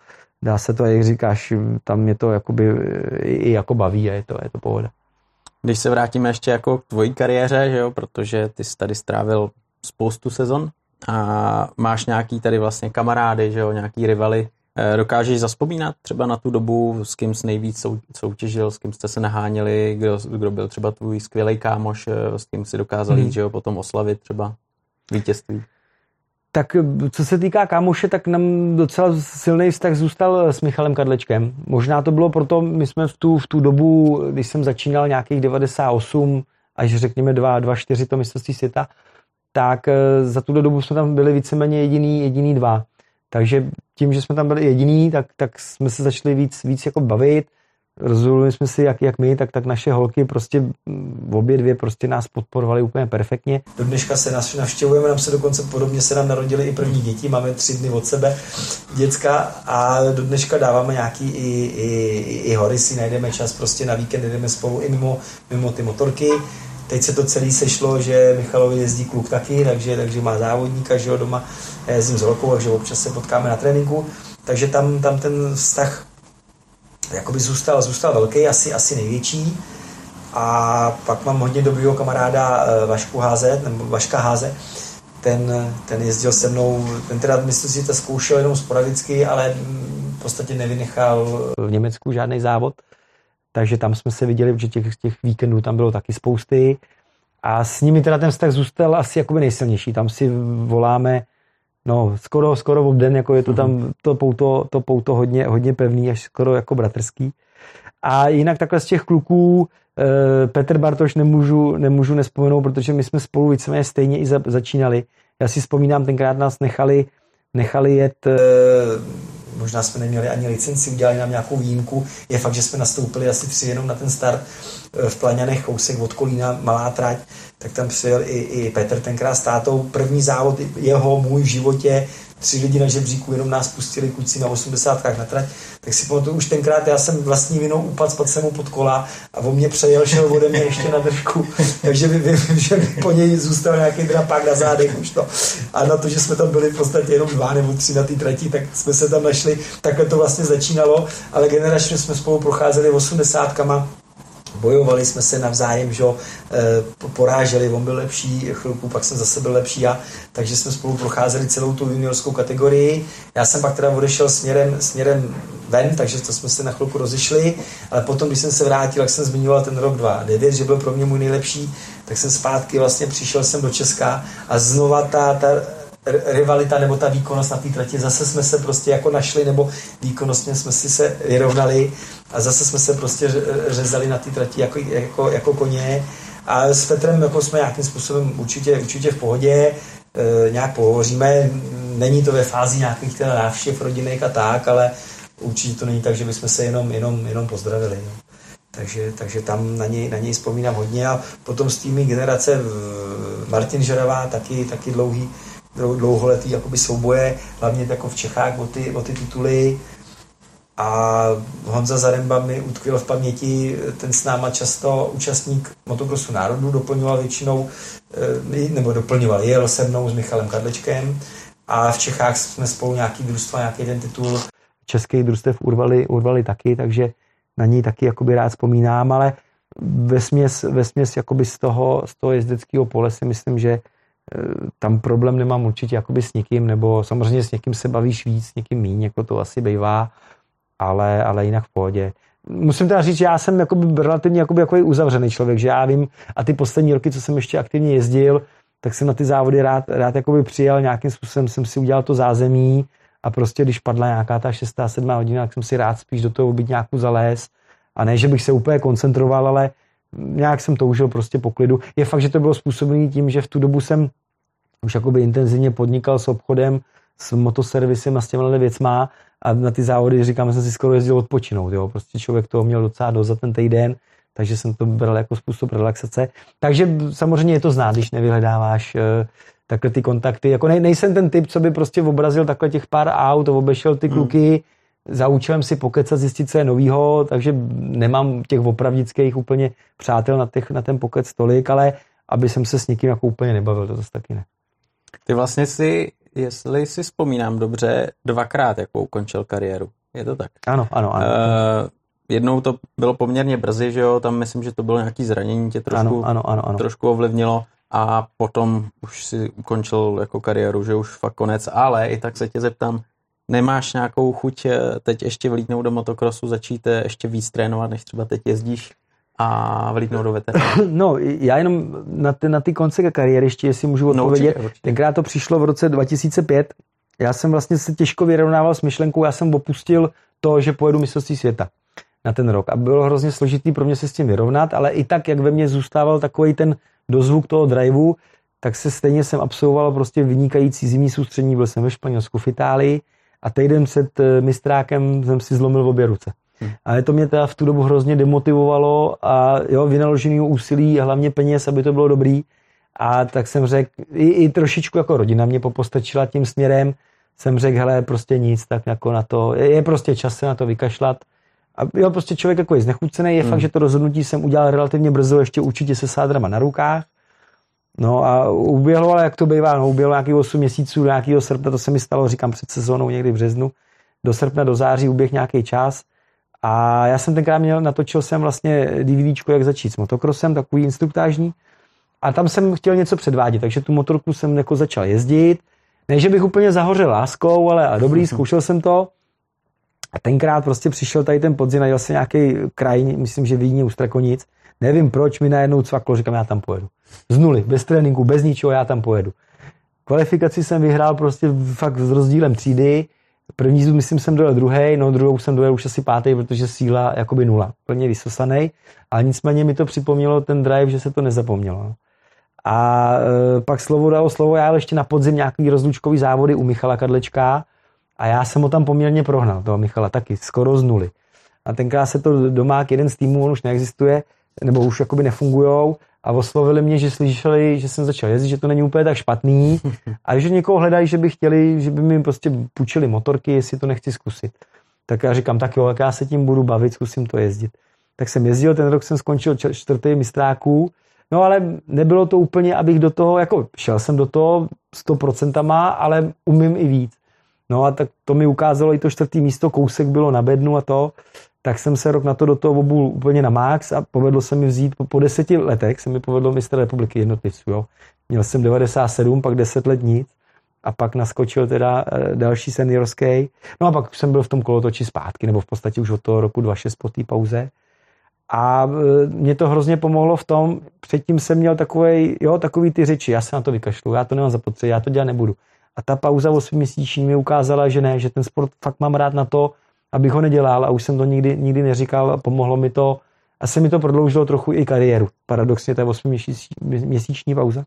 se to, jak říkáš, tam mě to jakoby i jako baví a je to pohoda. Když se vrátíme ještě jako k tvojí kariéře, že jo, protože ty jsi tady strávil spoustu sezon a máš nějaký tady vlastně kamarády, že jo, nějaký rivaly. Dokážeš zavzpomínat třeba na tu dobu, s kým jsi nejvíc soutěžil, s kým jste se naháněli, kdo byl třeba tvůj skvělý kámoš, s kým si dokázal jít, že jo, potom oslavit třeba vítězství? Tak co se týká kámoše, tak nám docela silný vztah zůstal s Michalem Kadlečkem. Možná to bylo proto, my jsme v tu dobu, když jsem začínal nějakých 98, až řekněme 2-4 to mistrovství světa, tak za tu dobu jsme tam byli víceméně jediný 2. Takže tím, že jsme tam byli jediný, tak jsme se začali víc jako bavit. Rozhodli jsme si, jak my, tak naše holky prostě obě dvě prostě nás podporovaly úplně perfektně. Do dneška se nás navštěvujeme, nám se dokonce podobně se nám narodili i první děti, máme 3 dny od sebe děcka a do dneška dáváme nějaký i hory, si najdeme čas prostě na víkend, jdeme spolu i mimo ty motorky. Teď se to celé sešlo, že Michalovi jezdí kluk taky, takže má závodníka, že jo, doma jezdím s holkou, takže občas se potkáme na tréninku, takže tam ten vztah jakoby zůstal velký, asi největší. A pak mám hodně dobrýho kamaráda Vaška Háze, ten jezdil se mnou, ten teda myslím si, že to zkoušel jenom sporadicky, ale v podstatě nevynechal v Německu žádný závod. Takže tam jsme se viděli, že těch víkendů tam bylo taky spousty a s nimi teda ten vztah zůstal asi jakoby nejsilnější. Tam si voláme, no skoro v den, jako je to tam to pouto hodně pevný, až skoro jako bratrský. A jinak takhle z těch kluků Petr Bartoš nemůžu nespomenout, protože my jsme spolu víceméně stejně i začínali. Já si vzpomínám, tenkrát nás nechali jet možná jsme neměli ani licenci, udělali nám nějakou výjimku. Je fakt, že jsme nastoupili asi 3 jenom na ten start v Plaňanech, kousek od Kolína, malá trať, tak tam přijel i Petr tenkrát s tátou. První závod můj v životě, 3 lidi na žebříku, jenom nás pustili kluci na 80 na trať, tak si pamatuju, už tenkrát já jsem vlastní vinou spadl jsem mu pod kola a on mě přejel, šel ode mě ještě na držku, takže vím, že po něj zůstal nějaký drapák na zádech už to. A na to, že jsme tam byli v podstatě jenom 2 nebo 3 na té trati, tak jsme se tam našli, takhle to vlastně začínalo, ale generačně jsme spolu procházeli 80kama, bojovali jsme se navzájem, že poráželi, on byl lepší chvilku, pak jsem zase byl lepší já, takže jsme spolu procházeli celou tu juniorskou kategorii. Já jsem pak teda odešel směrem ven, takže to jsme se na chvilku rozišli, ale potom, když jsem se vrátil, jak jsem zmiňoval ten rok 2009, že byl pro mě můj nejlepší, tak jsem zpátky vlastně přišel jsem do Česka a znova ta rivalita nebo ta výkonnost na té trati, zase jsme se prostě jako našli, nebo výkonnostně jsme si se vyrovnali a zase jsme se prostě řezali na té trati jako koně a s Petrem jako jsme nějakým způsobem určitě v pohodě, nějak pohovoříme, není to ve fázi nějakých návštěv rodinných a tak, ale určitě to není tak, že bychom se jenom pozdravili. No. Takže tam na něj vzpomínám hodně a potom z týmy generace Martin Žeravá, taky dlouholetý jakoby souboje, hlavně jako v Čechách o ty tituly a Honza Zaremba mi utkvěl v paměti, ten s náma často účastník motokrosu národů, doplňoval většinou, jel se mnou s Michalem Kadlečkem a v Čechách jsme spolu nějaký družstva, nějaký ten titul. Českých družstev urvali taky, takže na ní taky jakoby rád vzpomínám, ale vesměs jakoby z toho jezdeckého pole si myslím, že tam problém nemám určitě jakoby s někým, nebo samozřejmě s někým se bavíš víc, s někým míň, jako to asi bývá, ale jinak v pohodě. Musím teda říct, že já jsem jakoby relativně jakoby uzavřený člověk, že já vím, a ty poslední roky, co jsem ještě aktivně jezdil, tak jsem na ty závody rád jakoby přijel, nějakým způsobem jsem si udělal to zázemí a prostě když padla nějaká ta 6. 7. hodina, tak jsem si rád spíš do toho být nějakou zaléz a ne, že bych se úplně koncentroval, ale nějak jsem toužil prostě po klidu. Je fakt, že to bylo způsobené tím, že v tu dobu jsem už jakoby intenzivně podnikal s obchodem, s motoservisem a s těmhle věcma a na ty závody, říkám, jsem si skoro jezdil odpočinout. Jo? Prostě člověk toho měl docela dost za ten týden, takže jsem to bral jako způsob relaxace. Takže samozřejmě je to znát, když nevyhledáváš takhle ty kontakty. Jako nejsem ten typ, co by prostě obrazil takhle těch pár aut, obešel ty kluky, za účelem si pokecat, zjistit, co je novýho, takže nemám těch opravdických úplně přátel na ten pokec tolik, ale aby jsem se s někým jako úplně nebavil, to zase taky ne. Ty vlastně jestli si vzpomínám dobře, 2krát jako ukončil kariéru. Je to tak? Ano. Jednou to bylo poměrně brzy, že jo, tam myslím, že to bylo nějaký zranění, tě trošku ovlivnilo a potom už si ukončil jako kariéru, že už fakt konec, ale i tak se tě zeptám, nemáš nějakou chuť teď ještě vlítnout do motokrosu, začít ještě víc trénovat, než třeba teď jezdíš a vlítnout do veteránu? No, já jenom na ty konce kariéry ještě, jestli můžu odpovědět. Určitě. Tenkrát to přišlo v roce 2005. Já jsem vlastně se těžko vyrovnával s myšlenkou, já jsem opustil to, že pojedu mistrovství světa na ten rok. A bylo hrozně složitý pro mě se s tím vyrovnat, ale i tak, jak ve mně zůstával takový ten dozvuk toho driveu, tak se stejně jsem absolvoval prostě vynikající zimní soustředění, byl jsem ve Španělsku, v Itálii a týden před mistrákem jsem si zlomil obě ruce. Ale to mě teda v tu dobu hrozně demotivovalo a vynaložený úsilí a hlavně peněz, aby to bylo dobrý. A tak jsem řekl, i trošičku jako rodina mě popostrčila tím směrem, jsem řekl, hele, prostě nic, tak jako na to, je prostě čas se na to vykašlat. A prostě člověk jako je znechucený, je fakt, že to rozhodnutí jsem udělal relativně brzo, ještě určitě se sádrama na rukách. No a uběhlo, ale jak to bývá, uběhlo nějakých 8 měsíců, do nějakého srpna, to se mi stalo, říkám, před sezónou někdy v březnu, do srpna, do září uběh nějaký čas. A já jsem tenkrát natočil jsem vlastně DVDčko, jak začít s motokrosem, takový instruktážní. A tam jsem chtěl něco předvádět, takže tu motorku jsem jako začal jezdit. Ne, že bych úplně zahořel láskou, ale dobrý, zkoušel jsem to. A tenkrát prostě přišel tady ten podzim, najel se nějaký kraj, myslím, že v Vídni u Strakonic. Nevím proč, mi najednou cvaklo, říkám, já tam pojedu. Z nuly, bez tréninku, bez ničeho, já tam pojedu. Kvalifikaci jsem vyhrál prostě fakt s rozdílem třídy. První, myslím, jsem dojel druhou jsem dojel už asi 5., protože síla jakoby 0, plně vysosanej. Ale nicméně mi to připomnělo ten drive, že se to nezapomnělo. A pak slovo dalo slovo, já ještě na podzim nějaký rozlučkový závody u Michala Kadlečka A já jsem ho tam poměrně prohnal, toho Michala, taky skoro z nuly. A tenkrát se to domák, jeden z týmů, on už neexistuje, nebo už jakoby nefungujou a oslovili mě, že slyšeli, že jsem začal jezdit, že to není úplně tak špatný a že někoho hledají, že by chtěli, že by mi prostě půjčili motorky, jestli to nechci zkusit. Tak já říkám, tak jo, jak já se tím budu bavit, zkusím to jezdit. Tak jsem jezdil, ten rok jsem skončil 4. mistráků, no ale nebylo to úplně, abych do toho, jako šel jsem do toho 100%, ale umím i víc. No a tak to mi ukázalo i to 4. místo, kousek bylo na bednu a to, tak jsem se rok na to do toho obul úplně na max a povedlo se mi vzít, po 10 letech se mi povedlo mistr republiky jednotlivců, jo. Měl jsem 97, pak 10 let nic a pak naskočil teda další seniorský. No a pak jsem byl v tom kolotoči zpátky, nebo v podstatě už od toho roku 26 po té pauze. A mě to hrozně pomohlo v tom, předtím jsem měl takový ty řeči, já se na to vykašlu, já to nemám zapotřebí, já to dělat nebudu. A ta pauza 8měsíční mi ukázala, že ne, že ten sport fakt mám rád na to, abych ho nedělal a už jsem to nikdy neříkal, pomohlo mi to, asi mi to prodloužilo trochu i kariéru. Paradoxně to je 8měsíční pauza.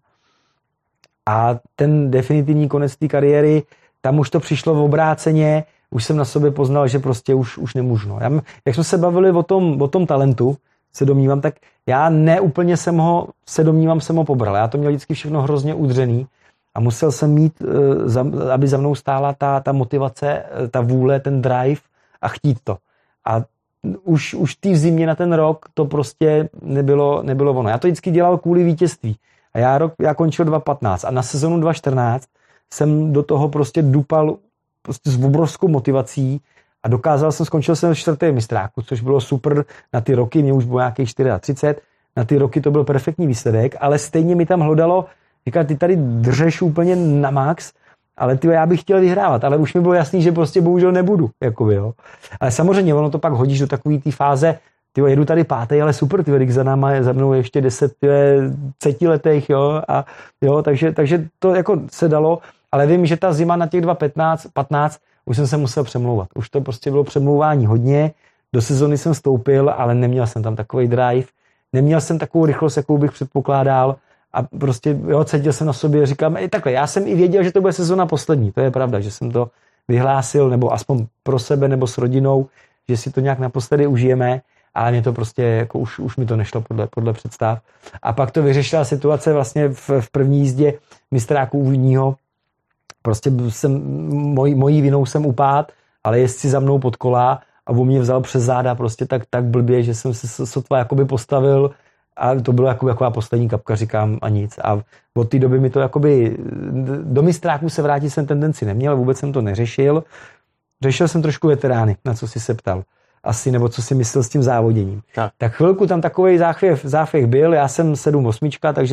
A ten definitivní konec té kariéry, tam už to přišlo v obráceně, už jsem na sobě poznal, že prostě už nemůžu. No. Jak jsme se bavili o tom talentu, se domnívám, tak já neúplně jsem ho pobral. Já to měl vždycky všechno hrozně udřený a musel jsem mít, aby za mnou stála ta motivace, ta vůle, ten drive a chtít to. A už v té zimě na ten rok to prostě nebylo ono. Já to vždycky dělal kvůli vítězství. A já končil 2015 a na sezonu 2014 jsem do toho prostě dupal prostě s obrovskou motivací a skončil jsem v 4. mistráku, což bylo super na ty roky, mě už bylo nějakých 34, na ty roky to byl perfektní výsledek, ale stejně mi tam hlodalo, říkal, ty tady držeš úplně na max, ale já bych chtěl vyhrávat, ale už mi bylo jasný, že prostě bohužel nebudu, jakoby, jo. Ale samozřejmě ono to pak hodíš do takové té fáze, jedu tady 5., ale super, když za mnou ještě 10 letech, jo, a jo, takže to jako se dalo, ale vím, že ta zima na těch 15 už jsem se musel přemlouvat. Už to prostě bylo přemlouvání hodně, do sezony jsem vstoupil, ale neměl jsem tam takový drive, neměl jsem takovou rychlost, jakou bych předpokládal a prostě, jo, cítil jsem na sobě, říkám, takhle, já jsem i věděl, že to bude sezona poslední, to je pravda, že jsem to vyhlásil, nebo aspoň pro sebe, nebo s rodinou, že si to nějak naposledy užijeme, ale mě to prostě, jako už mi to nešlo podle představ. A pak to vyřešila situace vlastně v první jízdě mistráku úvodního. Prostě mojí vinou jsem upád, ale jezdci za mnou pod kola a on mě vzal přes záda prostě tak blbě, že jsem se sotva jakoby postavil a to bylo jakoby poslední kapka, říkám, a nic. A od té doby mi to jakoby, do mistráku se vrátit jsem tendenci neměl, vůbec jsem to neřešil. Řešil jsem trošku veterány, na co jsi se ptal. Asi, nebo co si myslel s tím závoděním. Tak chvilku tam takovej záchvěv byl, já jsem 7.8, takže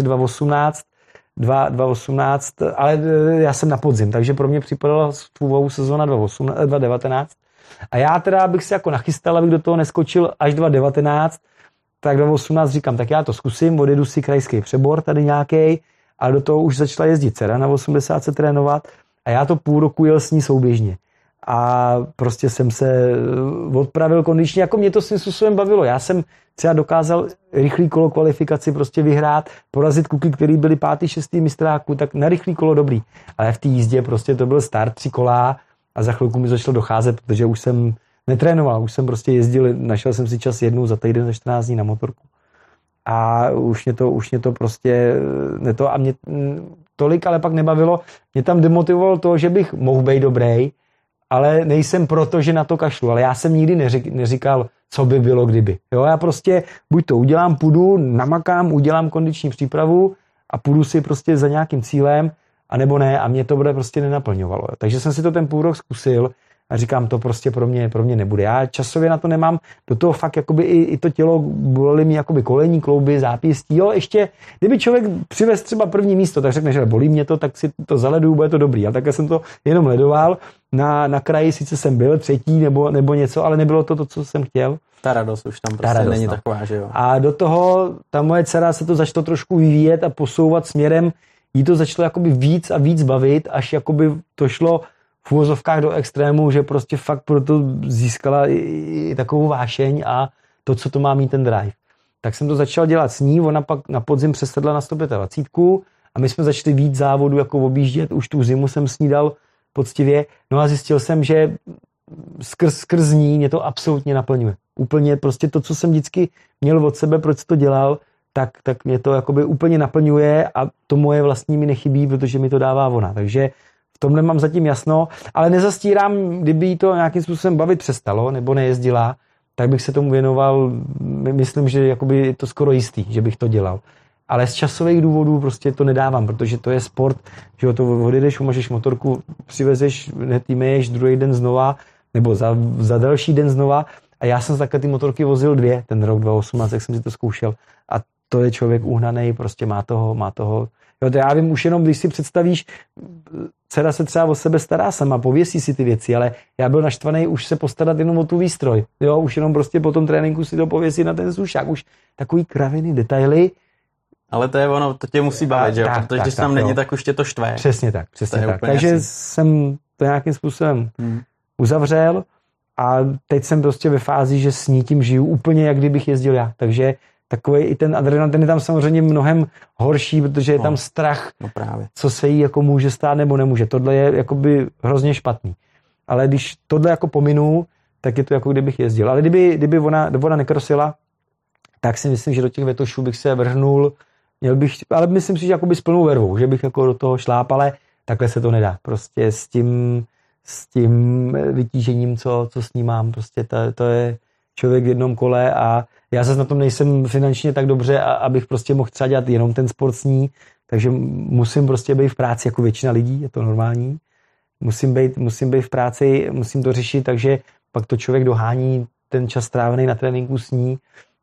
2.18, ale já jsem na podzim, takže pro mě připadala svou sezóna 2019. A já teda bych se jako nachystal, abych do toho neskočil až 2019, tak 2018 říkám, tak já to zkusím, odjedu si krajský přebor tady nějaký, ale do toho už začala jezdit dcera na 80 se trénovat a já to půl roku jel s ní souběžně. A prostě jsem se odpravil kondičně, jako mě to s tím způsobem bavilo. Já jsem třeba dokázal rychlý kolo kvalifikaci prostě vyhrát, porazit kluky, který byli 5., 6. mistráku, tak na rychlý kolo dobrý. Ale v té jízdě prostě to byl start 3 kola a za chvilku mi začalo docházet, protože už jsem netrénoval, už jsem prostě jezdil, našel jsem si čas jednou za týden za 14 dní na motorku. A už mě to prostě a mě tolik ale pak nebavilo. Mě tam demotivovalo to, že bych mohl být dobrý, ale nejsem proto, že na to kašlu. Ale já jsem nikdy neříkal, co by bylo, kdyby. Jo, já prostě buď to udělám, půjdu, namakám, udělám kondiční přípravu a půjdu si prostě za nějakým cílem, anebo ne, a mě to bude prostě nenaplňovalo. Takže jsem si to ten půl rok zkusil a říkám, to prostě pro mě nebude. Já časově na to nemám, do toho fakt jakoby i to tělo, bolí mi jakoby kolení, klouby, zápěstí. Jo, ještě, kdyby člověk přivez třeba první místo, tak řekne, že bolí mě to, tak si to zaleduju, bude to dobrý. Ale takhle jsem to jenom ledoval. Na kraji sice jsem byl 3. nebo něco, ale nebylo to, co jsem chtěl. Ta radost už tam prostě není taková, že jo. A do toho ta moje dcera se to začalo trošku vyvíjet a posouvat směrem, jí to začalo jakoby víc a víc bavit, až jakoby to šlo v uvozovkách do extrému, že prostě fakt proto získala i takovou vášeň a to, co to má mít ten drive. Tak jsem to začal dělat s ní, ona pak na podzim přesedla na 125 a my jsme začali víc závodů jako objíždět, už tu zimu jsem s ní dal poctivě. No a zjistil jsem, že skrz ní mě to absolutně naplňuje. Úplně prostě to, co jsem vždycky měl od sebe, proč to dělal, tak mě to jakoby úplně naplňuje a to moje vlastní mi nechybí, protože mi to dává ona. Takže v tomhle mám zatím jasno, ale nezastírám, kdyby jí to nějakým způsobem bavit přestalo nebo nejezdila, tak bych se tomu věnoval, myslím, že jakoby je to skoro jistý, že bych to dělal. Ale z časových důvodů prostě to nedávám, protože to je sport, že to odjedeš, umažeš motorku, přivezeš, hned jmeješ druhý den znova, nebo za další den znova. A já jsem takhle ty motorky vozil 2, ten rok 2018, jak jsem si to zkoušel. A to je člověk uhnaný, prostě má toho. Jo, to já vím už jenom, když si představíš, dcera se třeba o sebe stará sama, pověsí si ty věci, ale já byl naštvaný už se postarat jenom o tu výstroj. Jo, už jenom prostě po tom tréninku si to pověsí na ten sušák. Už takový kraviny, detaily. Ale to je ono, to tě musí bavit, jo? Protože když tam není, tak už tě to štve. Přesně tak. Takže jasný. Jsem to nějakým způsobem uzavřel a teď jsem prostě ve fázi, že s ní tím žiju úplně, jak kdybych jezdil já. Takže takový i ten adrenalin, ten je tam samozřejmě mnohem horší, protože je tam strach, co se jí jako může stát nebo nemůže. Tohle je jakoby hrozně špatný. Ale když tohle jako pominu, tak je to jako kdybych jezdil. Ale kdyby ona nekrosila, tak si myslím, že do těch vetošů bych se vrhnul, ale myslím si, že jakoby s plnou vervou, že bych jako do toho šláp, ale takhle se to nedá. Prostě s tím vytížením, co s ním mám, prostě to je člověk v jednom kole a já zase na tom nejsem finančně tak dobře, abych prostě mohl třeba dělat jenom ten sport s ní, takže musím prostě být v práci jako většina lidí, je to normální. Musím být v práci, musím to řešit, takže pak to člověk dohání ten čas strávený na tréninku s ní,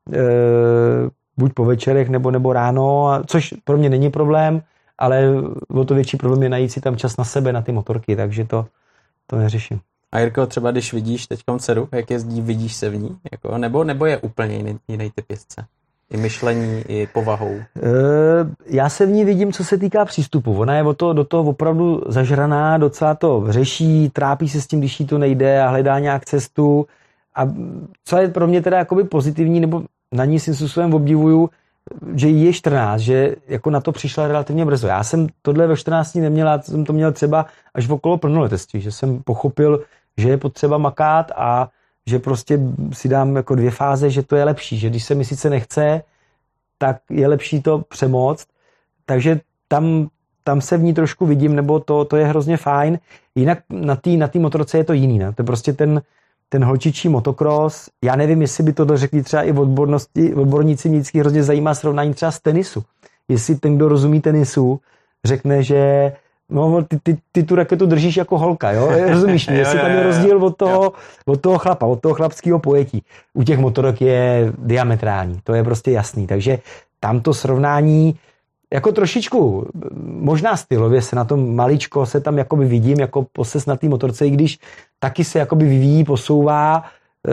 buď po večerech nebo ráno, což pro mě není problém, ale o to větší problém je najít si tam čas na sebe, na ty motorky, takže to neřeším. A Jirko, třeba když vidíš teďkom dceru, jak jezdí, vidíš se v ní? Jako, nebo je úplně jiný typ jezdce? I myšlení, i povahou? Já se v ní vidím, co se týká přístupu. Ona je do toho opravdu zažraná, docela to řeší, trápí se s tím, když jí to nejde a hledá nějak cestu. A co je pro mě teda jakoby pozitivní, nebo na ní si způsobem obdivuju, že jí je 14, že jako na to přišla relativně brzo. Já jsem tohle ve 14 neměla, jsem to měl třeba až okolo plnoletostí, že jsem pochopil, že je potřeba makat a že prostě si dám jako 2 fáze, že to je lepší, že když se mi sice nechce, tak je lepší to přemoct. Takže tam se v ní trošku vidím, nebo to je hrozně fajn. Jinak na té motorce je to jiný. Ne? To je prostě ten holčičí motocross. Já nevím, jestli by to řekli třeba i odborníci, mě vždycky hrozně zajímá srovnání třeba z tenisu. Jestli ten, kdo rozumí tenisu, řekne, že no, ty tu raketu držíš jako holka, jo? Rozumíš mi? Jestli tam je rozdíl od toho chlapa, od toho chlapského pojetí. U těch motorek je diametrální, to je prostě jasný. Takže tam to srovnání jako trošičku, možná stylově se na tom maličko se tam jakoby vidím, jako poses na té motorce, i když taky se jakoby vyvíjí, posouvá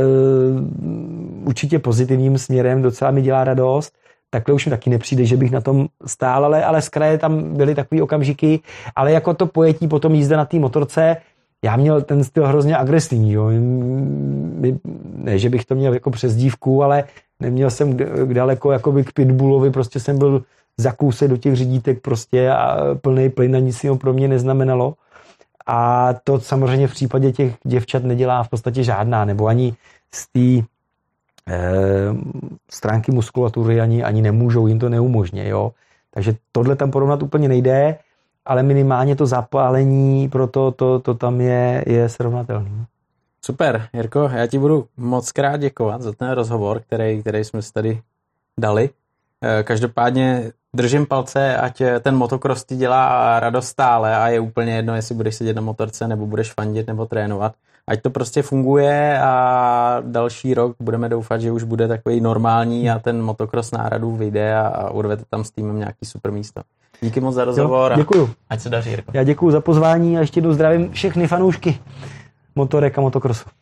určitě pozitivním směrem, docela mi dělá radost. Takhle už mi taky nepřijde, že bych na tom stál, ale z kraje tam byly takový okamžiky, ale jako to pojetí potom jízda na té motorce, já měl ten styl hrozně agresivní, jo. Ne, že bych to měl jako přes dívku, ale neměl jsem daleko jakoby k pitbullovi, prostě jsem byl za kousek do těch řídítek prostě a plný plyn a nic pro mě neznamenalo. A to samozřejmě v případě těch děvčat nedělá v podstatě žádná, nebo ani z té stránky muskulatury ani nemůžou, jim to neumožně, jo. Takže tohle tam porovnat úplně nejde, ale minimálně to zapálení pro to tam je srovnatelný. Super, Jirko, já ti budu moc krát děkovat za ten rozhovor, který jsme si tady dali. Každopádně držím palce, ať ten motocross ti dělá radost stále a je úplně jedno, jestli budeš sedět na motorce, nebo budeš fandit, nebo trénovat. Ať to prostě funguje a další rok budeme doufat, že už bude takový normální a ten motocross náhradů vyjde a urvete tam s týmem nějaký super místo. Díky moc za rozhovor. Děkuju. Ať se daří, Jirko. Já děkuju za pozvání a ještě jednou zdravím všechny fanoušky motorek a motocrossu.